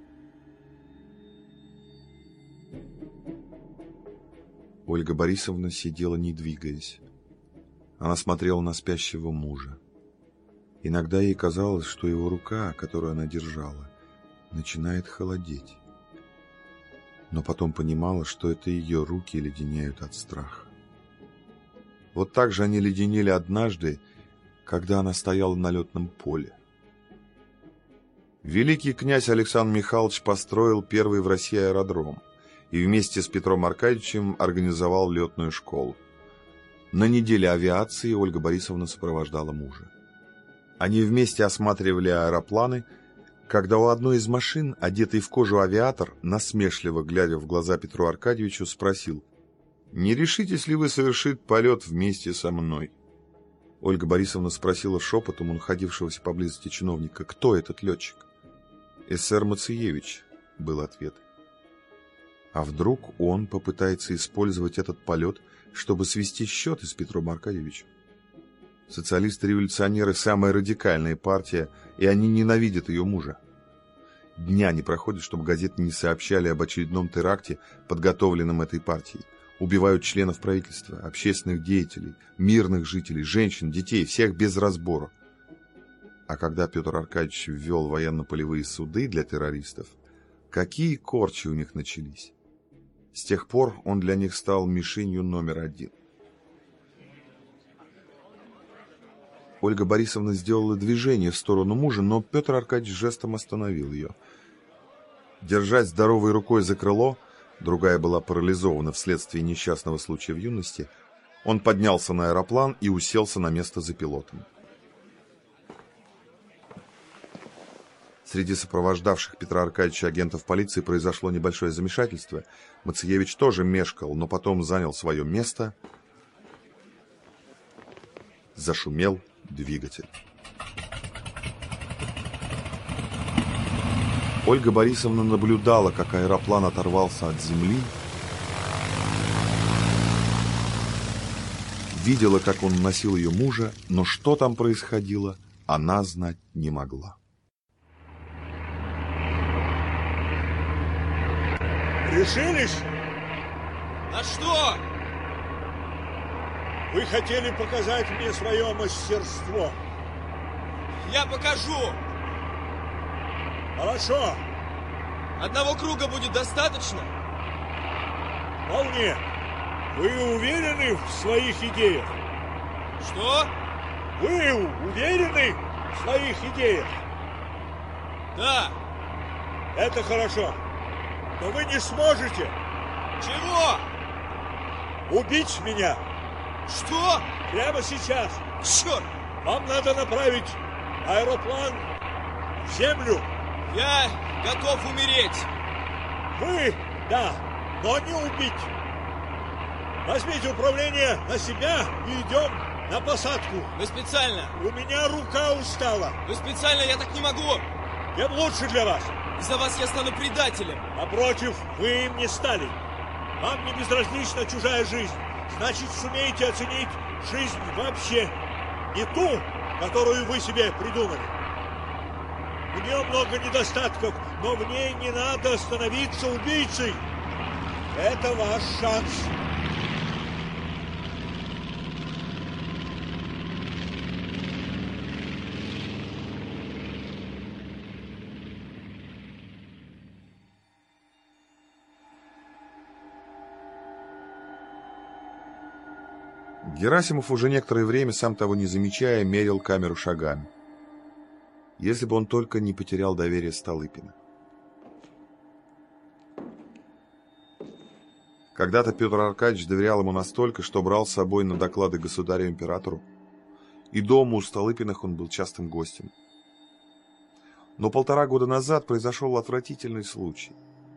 Ольга Борисовна сидела, не двигаясь. Она смотрела на спящего мужа. Иногда ей казалось, что его рука, которую она держала, начинает холодеть. Но потом понимала, что это ее руки леденеют от страха. Вот так же они леденели однажды, когда она стояла на летном поле. Великий князь Александр Михайлович построил первый в России аэродром и вместе с Петром Аркадьевичем организовал летную школу. На неделе авиации Ольга Борисовна сопровождала мужа. Они вместе осматривали аэропланы, когда у одной из машин, одетый в кожу авиатор, насмешливо глядя в глаза Петру Аркадьевичу, спросил: «Не решитесь ли вы совершить полет вместе со мной?» Ольга Борисовна спросила шепотом у находившегося поблизости чиновника: «Кто этот летчик?» «СС Мациевич», — был ответ. А вдруг он попытается использовать этот полет, чтобы свести счеты с Петром Аркадьевичем? Социалисты-революционеры – самая радикальная партия, и они ненавидят ее мужа. Дня не проходит, чтобы газеты не сообщали об очередном теракте, подготовленном этой партией. Убивают членов правительства, общественных деятелей, мирных жителей, женщин, детей, всех без разбора. А когда Петр Аркадьевич ввел военно-полевые суды для террористов, какие корчи у них начались. С тех пор он для них стал мишенью номер один. Ольга Борисовна сделала движение в сторону мужа, но Петр Аркадьевич жестом остановил ее. Держась здоровой рукой за крыло, другая была парализована вследствие несчастного случая в юности, он поднялся на аэроплан и уселся на место за пилотом. Среди сопровождавших Петра Аркадьевича агентов полиции произошло небольшое замешательство. Мациевич тоже мешкал, но потом занял свое место. Зашумел двигатель. Ольга Борисовна наблюдала, как аэроплан оторвался от земли, видела, как он носил ее мужа, но что там происходило, она знать не могла. Решились? На что? Вы хотели показать мне свое мастерство. Я покажу. Хорошо. Одного круга будет достаточно? Вполне. Вы уверены в своих идеях? Что? Вы уверены в своих идеях? Да. Это хорошо. Но вы не сможете. Чего? Убить меня. Что? Прямо сейчас. Черт! Вам надо направить аэроплан в землю. Я готов умереть. Вы, да, но не убить. Возьмите управление на себя и идем на посадку. Вы специально. У меня рука устала. Вы специально, я так не могу. Тем лучше для вас. Из-за вас я стану предателем. Напротив, вы им не стали. Вам не безразлична чужая жизнь. Значит, сумеете оценить жизнь вообще. Не ту, которую вы себе придумали. У нее много недостатков, но в ней не надо становиться убийцей. Это ваш шанс. Герасимов уже некоторое время, сам того не замечая, мерил камеру шагами. Если бы он только не потерял доверие Столыпина. Когда-то Петр Аркадьевич доверял ему настолько, что брал с собой на доклады государю-императору, и дома у Столыпиных он был частым гостем. Но 1,5 года назад произошел отвратительный случай.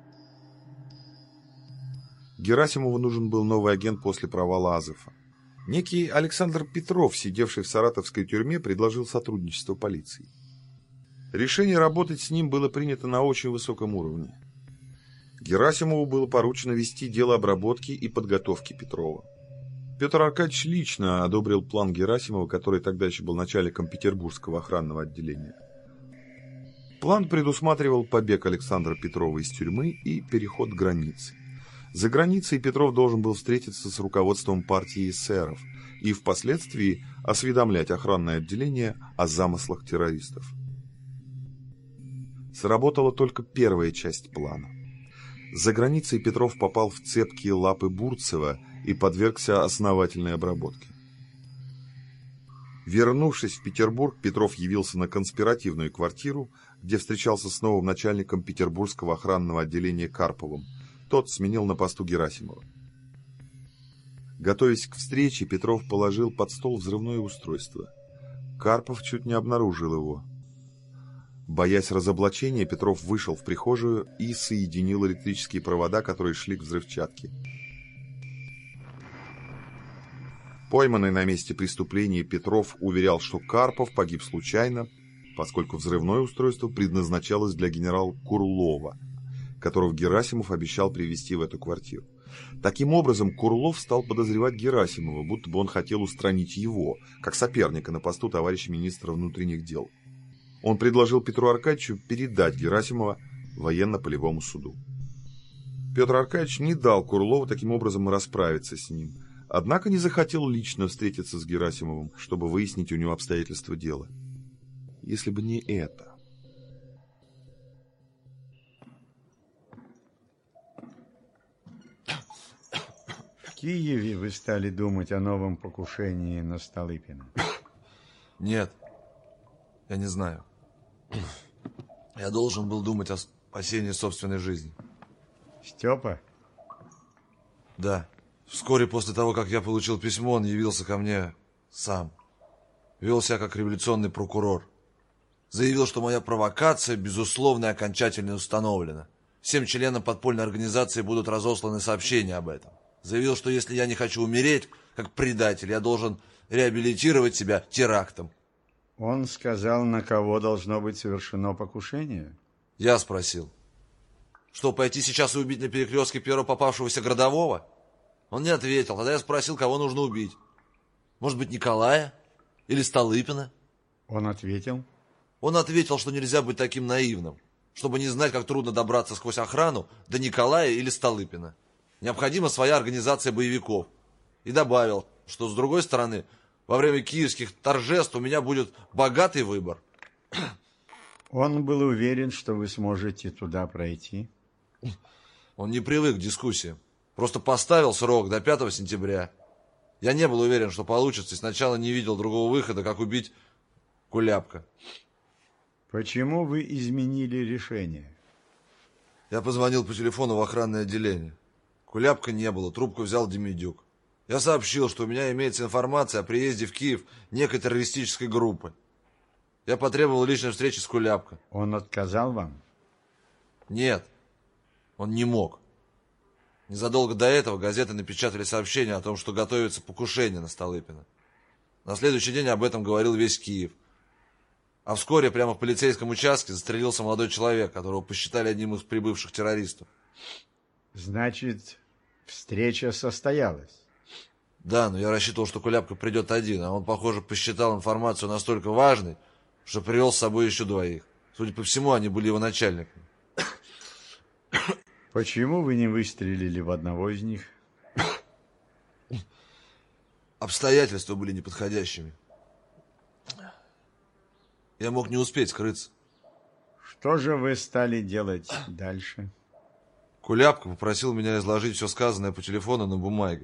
Герасимову нужен был новый агент после провала Азова. Некий Александр Петров, сидевший в саратовской тюрьме, предложил сотрудничество полиции. Решение работать с ним было принято на очень высоком уровне. Герасимову было поручено вести дело обработки и подготовки Петрова. Петр Аркадьевич лично одобрил план Герасимова, который тогда еще был начальником Петербургского охранного отделения. План предусматривал побег Александра Петрова из тюрьмы и переход границы. За границей Петров должен был встретиться с руководством партии эсеров и впоследствии осведомлять охранное отделение о замыслах террористов. Сработала только первая часть плана. За границей Петров попал в цепкие лапы Бурцева и подвергся основательной обработке. Вернувшись в Петербург, Петров явился на конспиративную квартиру, где встречался с новым начальником Петербургского охранного отделения Карповым. Тот сменил на посту Герасимова. Готовясь к встрече, Петров положил под стол взрывное устройство. Карпов чуть не обнаружил его. Боясь разоблачения, Петров вышел в прихожую и соединил электрические провода, которые шли к взрывчатке. Пойманный на месте преступления, Петров уверял, что Карпов погиб случайно, поскольку взрывное устройство предназначалось для генерала Курлова, которого Герасимов обещал привезти в эту квартиру. Таким образом, Курлов стал подозревать Герасимова, будто бы он хотел устранить его, как соперника на посту товарища министра внутренних дел. Он предложил Петру Аркадьевичу передать Герасимова военно-полевому суду. Петр Аркадьевич не дал Курлову таким образом расправиться с ним, однако не захотел лично встретиться с Герасимовым, чтобы выяснить у него обстоятельства дела. если бы не это. В Киеве вы стали думать о новом покушении на Столыпина? Нет, я не знаю. Я должен был думать о спасении собственной жизни. Степа? Да. Вскоре после того, как я получил письмо, он явился ко мне сам. Вел себя как революционный прокурор. Заявил, что моя провокация, безусловно, и окончательно установлена. Всем членам подпольной организации будут разосланы сообщения об этом. Заявил, что если я не хочу умереть, как предатель, я должен реабилитировать себя терактом. Он сказал, на кого должно быть совершено покушение? Я спросил, что пойти сейчас и убить на перекрестке первого попавшегося городового? Он не ответил. Тогда я спросил, кого нужно убить. Может быть, Николая? Или Столыпина? Он ответил? Он ответил, что нельзя быть таким наивным, чтобы не знать, как трудно добраться сквозь охрану до Николая или Столыпина. Необходима своя организация боевиков. И добавил, что с другой стороны, во время киевских торжеств у меня будет богатый выбор. Он был уверен, что вы сможете туда пройти? Он не привык к дискуссиям. Просто поставил срок до 5 сентября. Я не был уверен, что получится, и сначала не видел другого выхода, как убить Куляпка. Почему вы изменили решение? Я позвонил по телефону в охранное отделение. Куляпка не было, трубку взял Демидюк. Я сообщил, что у меня имеется информация о приезде в Киев некой террористической группы. Я потребовал личной встречи с Куляпко. Он отказал вам? Нет, он не мог. Незадолго до этого газеты напечатали сообщение о том, что готовится покушение на Столыпина. На следующий день об этом говорил весь Киев. А вскоре прямо в полицейском участке застрелился молодой человек, которого посчитали одним из прибывших террористов. Значит, встреча состоялась? Да, но я рассчитывал, что Куляпко придет один, а он, похоже, посчитал информацию настолько важной, что привел с собой еще двоих. Судя по всему, они были его начальниками. Почему вы не выстрелили в одного из них? Обстоятельства были неподходящими. Я мог не успеть скрыться. Что же вы стали делать дальше? Куляпко попросил меня изложить все сказанное по телефону на бумаге.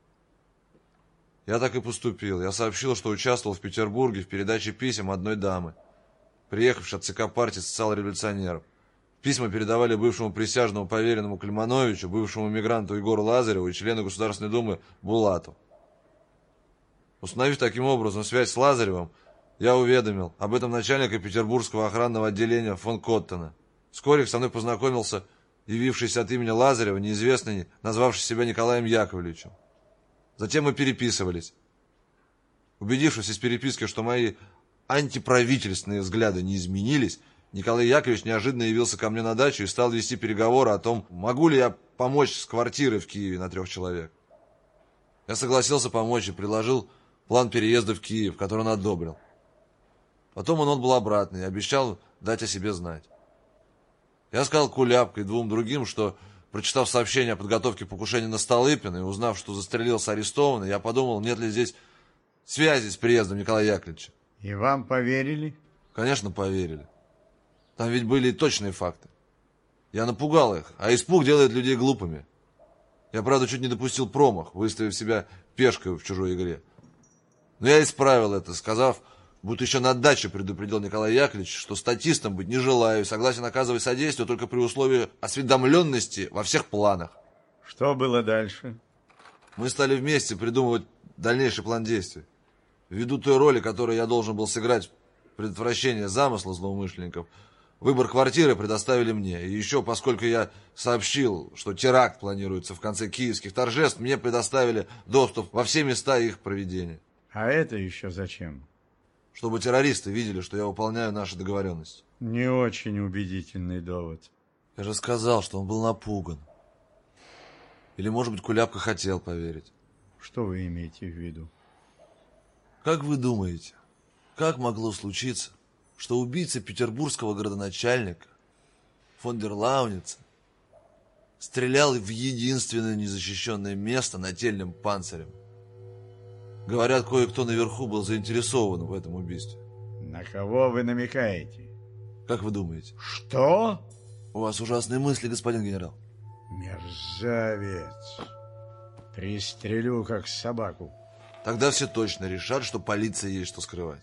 Я так и поступил. Я сообщил, что участвовал в Петербурге в передаче писем одной дамы, приехавшей от ЦК партии социал-революционеров. Письма передавали бывшему присяжному поверенному Климановичу, бывшему мигранту Егору Лазареву и члену Государственной Думы Булату. Установив таким образом связь с Лазаревым, я уведомил об этом начальника Петербургского охранного отделения фон Коттена. Вскоре со мной познакомился явившийся от имени Лазарева неизвестный, назвавший себя Николаем Яковлевичем. Затем мы переписывались. Убедившись из переписки, что мои антиправительственные взгляды не изменились, Николай Яковлевич неожиданно явился ко мне на дачу и стал вести переговоры о том, могу ли я помочь с квартирой в Киеве на 3 человек. Я согласился помочь и предложил план переезда в Киев, который он одобрил. Потом он отбыл обратно и обещал дать о себе знать. Я сказал Куляпко и 2 другим, что, прочитав сообщение о подготовке покушения на Столыпина и узнав, что застрелился арестованный, я подумал, нет ли здесь связи с приездом Николая Яковлевича. И вам поверили? Конечно, поверили. Там ведь были и точные факты. Я напугал их, а испуг делает людей глупыми. Я, правда, чуть не допустил промах, выставив себя пешкой в чужой игре. Но я исправил это, сказав, будто еще на даче предупредил Николая Яковлевича, что статистом быть не желаю и согласен оказывать содействие только при условии осведомленности во всех планах. Что было дальше? Мы стали вместе придумывать дальнейший план действий. Ввиду той роли, которую я должен был сыграть в предотвращении замысла злоумышленников, выбор квартиры предоставили мне. И еще, поскольку я сообщил, что теракт планируется в конце киевских торжеств, мне предоставили доступ во все места их проведения. А это еще зачем? Чтобы террористы видели, что я выполняю наши договоренности. Не очень убедительный довод. Я же сказал, что он был напуган. Или, может быть, Куляпко хотел поверить. Что вы имеете в виду? Как вы думаете, как могло случиться, что убийца петербургского градоначальника фон дер Лауница стрелял в единственное незащищенное место нательным панцирем? Говорят, кое-кто наверху был заинтересован в этом убийстве. На кого вы намекаете? Как вы думаете? Что? У вас ужасные мысли, господин генерал. Мерзавец. Пристрелю, как собаку. Тогда все точно решат, что полиция есть что скрывать.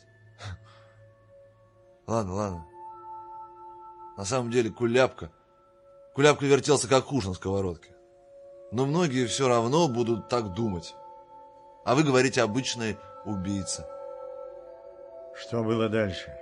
Ладно. На самом деле Куляпка вертелся как уж на сковородке. Но многие все равно будут так думать. А вы говорите, обычный убийца. Что было дальше?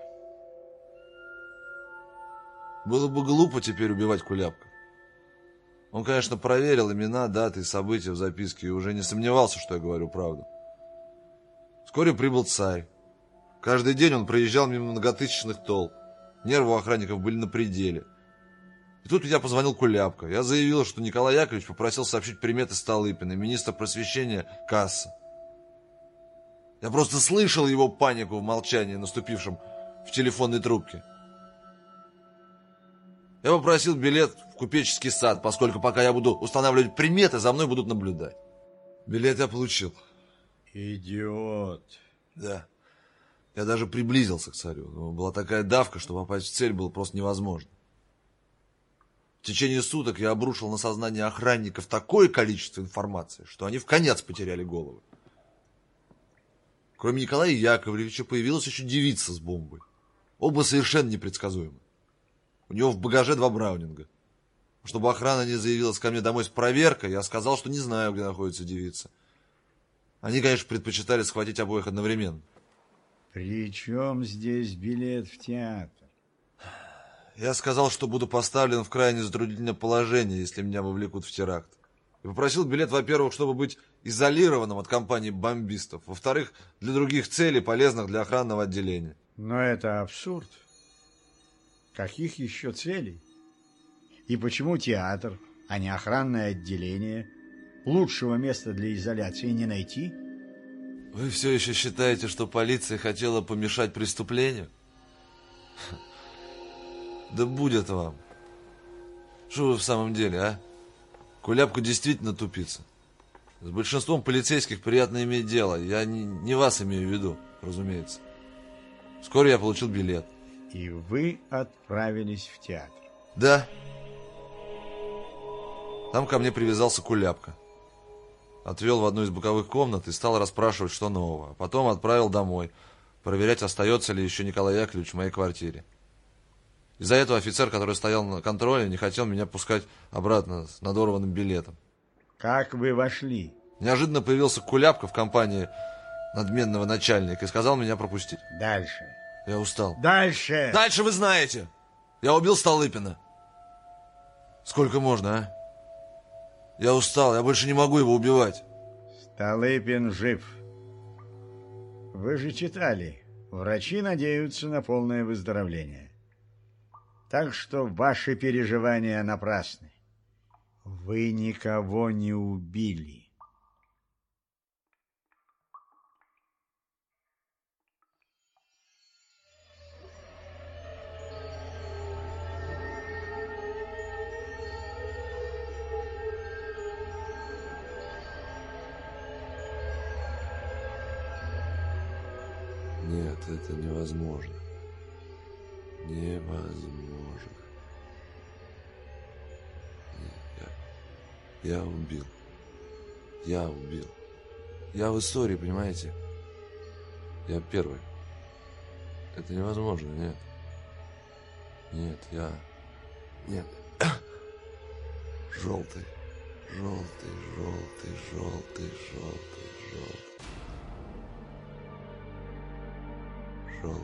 Было бы глупо теперь убивать Куляпка. Он, конечно, проверил имена, даты и события в записке и уже не сомневался, что я говорю правду. Вскоре прибыл царь. Каждый день он проезжал мимо многотысячных толп. Нервы у охранников были на пределе. И тут я позвонил Куляпка. Я заявил, что Николай Яковлевич попросил сообщить приметы Столыпина, министра просвещения Касса. Я просто слышал его панику в молчании, наступившем в телефонной трубке. Я попросил билет в купеческий сад, поскольку пока я буду устанавливать приметы, за мной будут наблюдать. Билет я получил. Идиот. Да. Я даже приблизился к царю. Но была такая давка, что попасть в цель было просто невозможно. В течение суток я обрушил на сознание охранников такое количество информации, что они вконец потеряли головы. Кроме Николая Яковлевича появилась еще девица с бомбой. Оба совершенно непредсказуемы. У него в багаже 2 браунинга. Чтобы охрана не заявилась ко мне домой с проверкой, я сказал, что не знаю, где находится девица. Они, конечно, предпочитали схватить обоих одновременно. При чем здесь билет в театр? Я сказал, что буду поставлен в крайне затруднительное положение, если меня вовлекут в теракт. И попросил билет, во-первых, чтобы быть изолированным от компании бомбистов. Во-вторых, для других целей, полезных для охранного отделения. Но это абсурд. Каких еще целей? И почему театр, а не охранное отделение? Лучшего места для изоляции не найти? Вы все еще считаете, что полиция хотела помешать преступлению? Да будет вам. Что вы в самом деле, а? Куляпка действительно тупица. С большинством полицейских приятно иметь дело. Я не вас имею в виду, разумеется. Вскоре я получил билет. И вы отправились в театр? Да. Там ко мне привязался Куляпка. Отвел в одну из боковых комнат и стал расспрашивать, что нового. Потом отправил домой, проверять, остается ли еще Николай Яковлевич в моей квартире. Из-за этого офицер, который стоял на контроле, не хотел меня пускать обратно с надорванным билетом. Как вы вошли? Неожиданно появился Куляпка в компании надменного начальника и сказал меня пропустить. Дальше. Я устал. Дальше! Дальше вы знаете. Я убил Столыпина. Сколько можно, а? Я устал, я больше не могу его убивать. Столыпин жив. Вы же читали. Врачи надеются на полное выздоровление. Так что ваши переживания напрасны. Вы никого не убили. Нет, это невозможно. Невозможно. Нет, я убил. Я убил. Я в истории, понимаете? Я первый. Это невозможно, нет. Нет, я... Нет. Желтый. Желтый, желтый, желтый, желтый, желтый. Желтый.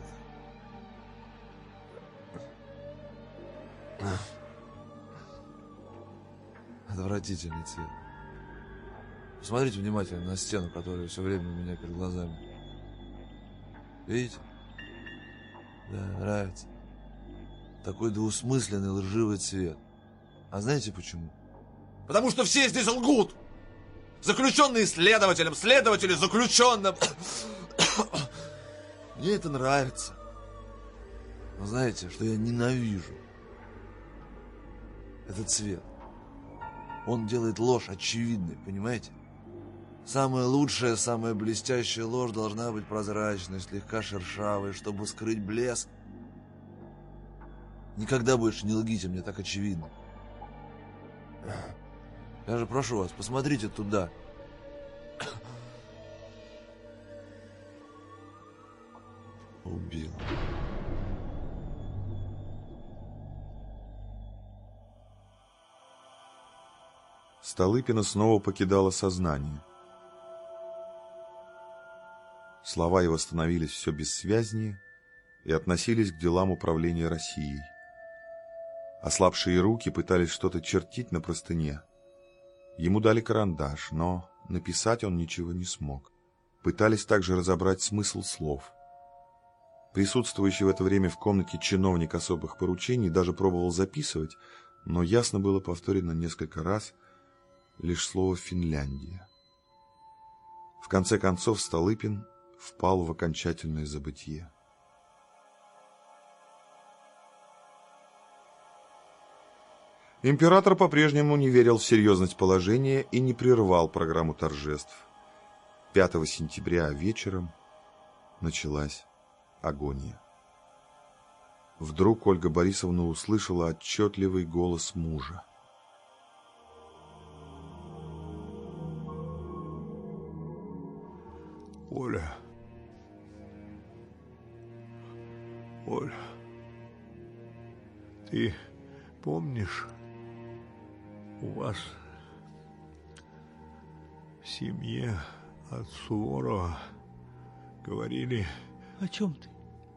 Отвратительный цвет. Посмотрите внимательно на стену, которая все время у меня перед глазами. Видите? Да, нравится. Такой двусмысленный лживый цвет. А знаете почему? Потому что все здесь лгут. Заключенные следователям, следователи заключенным. Мне это нравится. Но знаете, что я ненавижу? Этот цвет. Он делает ложь очевидной, понимаете? Самая лучшая, самая блестящая ложь должна быть прозрачной, слегка шершавой, чтобы скрыть блеск. Никогда больше не лгите, мне так очевидно. Я же прошу вас, посмотрите туда. Убил. Столыпина снова покидало сознание. Слова его становились все бессвязнее и относились к делам управления Россией. Ослабшие руки пытались что-то чертить на простыне. Ему дали карандаш, но написать он ничего не смог. Пытались также разобрать смысл слов. Присутствующий в это время в комнате чиновник особых поручений даже пробовал записывать, но ясно было повторено несколько раз лишь слово «Финляндия». В конце концов Столыпин впал в окончательное забытье. Император по-прежнему не верил в серьезность положения и не прервал программу торжеств. 5 сентября вечером началась агония. Вдруг Ольга Борисовна услышала отчетливый голос мужа. Оля, ты помнишь, у вас в семье от Суворова говорили... О чем ты?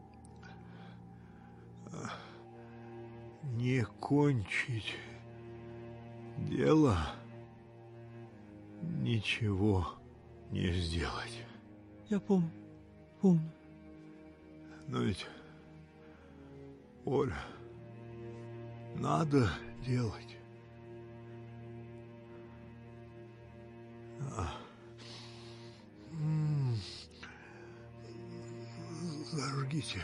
Не кончить дело, ничего не сделать. Я помню. Но ведь, Оля, надо делать. Зажгите.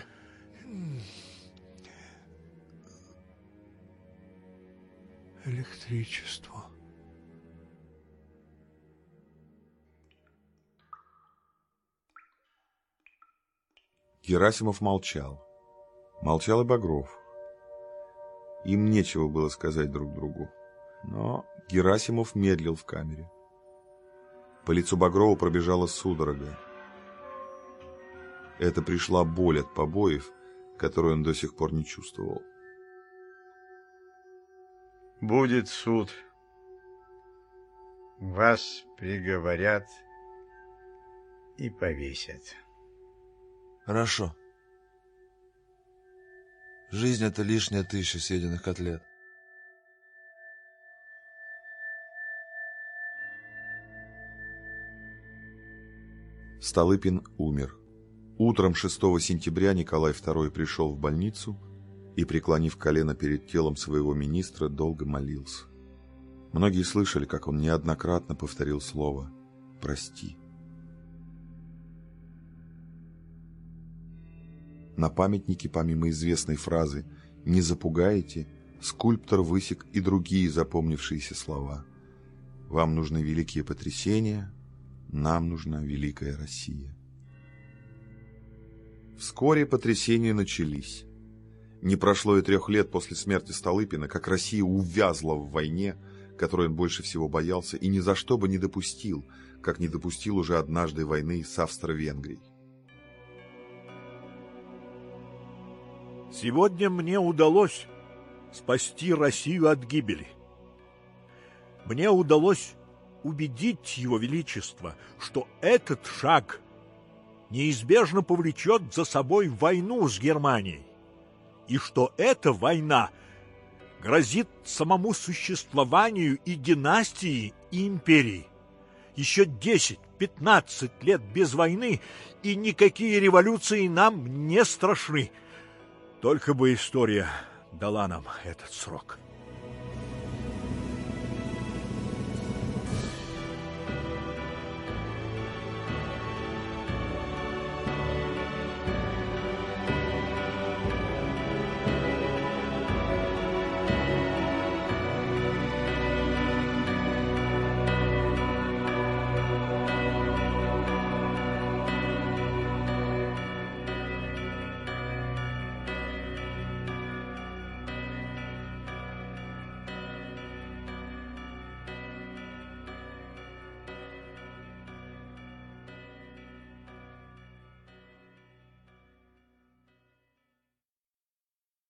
Электричество. Герасимов молчал. Молчал и Багров. Им нечего было сказать друг другу. Но Герасимов медлил в камере. По лицу Багрова пробежала судорога. Это пришла боль от побоев, которую он до сих пор не чувствовал. Будет суд. Вас приговорят и повесят. Хорошо. Жизнь — это лишняя 1000 съеденных котлет. Столыпин умер. Утром 6 сентября Николай II пришел в больницу и, преклонив колено перед телом своего министра, долго молился. Многие слышали, как он неоднократно повторил слово «прости». На памятнике, помимо известной фразы «не запугаете», скульптор высек и другие запомнившиеся слова. «Вам нужны великие потрясения, нам нужна великая Россия». Вскоре потрясения начались. Не прошло и 3 лет после смерти Столыпина, как Россия увязла в войне, которой он больше всего боялся, и ни за что бы не допустил, как не допустил уже однажды войны с Австро-Венгрией. Сегодня мне удалось спасти Россию от гибели. Мне удалось убедить Его Величество, что этот шаг неизбежно повлечет за собой войну с Германией, и что эта война грозит самому существованию и династии, и империи. Еще 10-15 лет без войны, и никакие революции нам не страшны. Только бы история дала нам этот срок.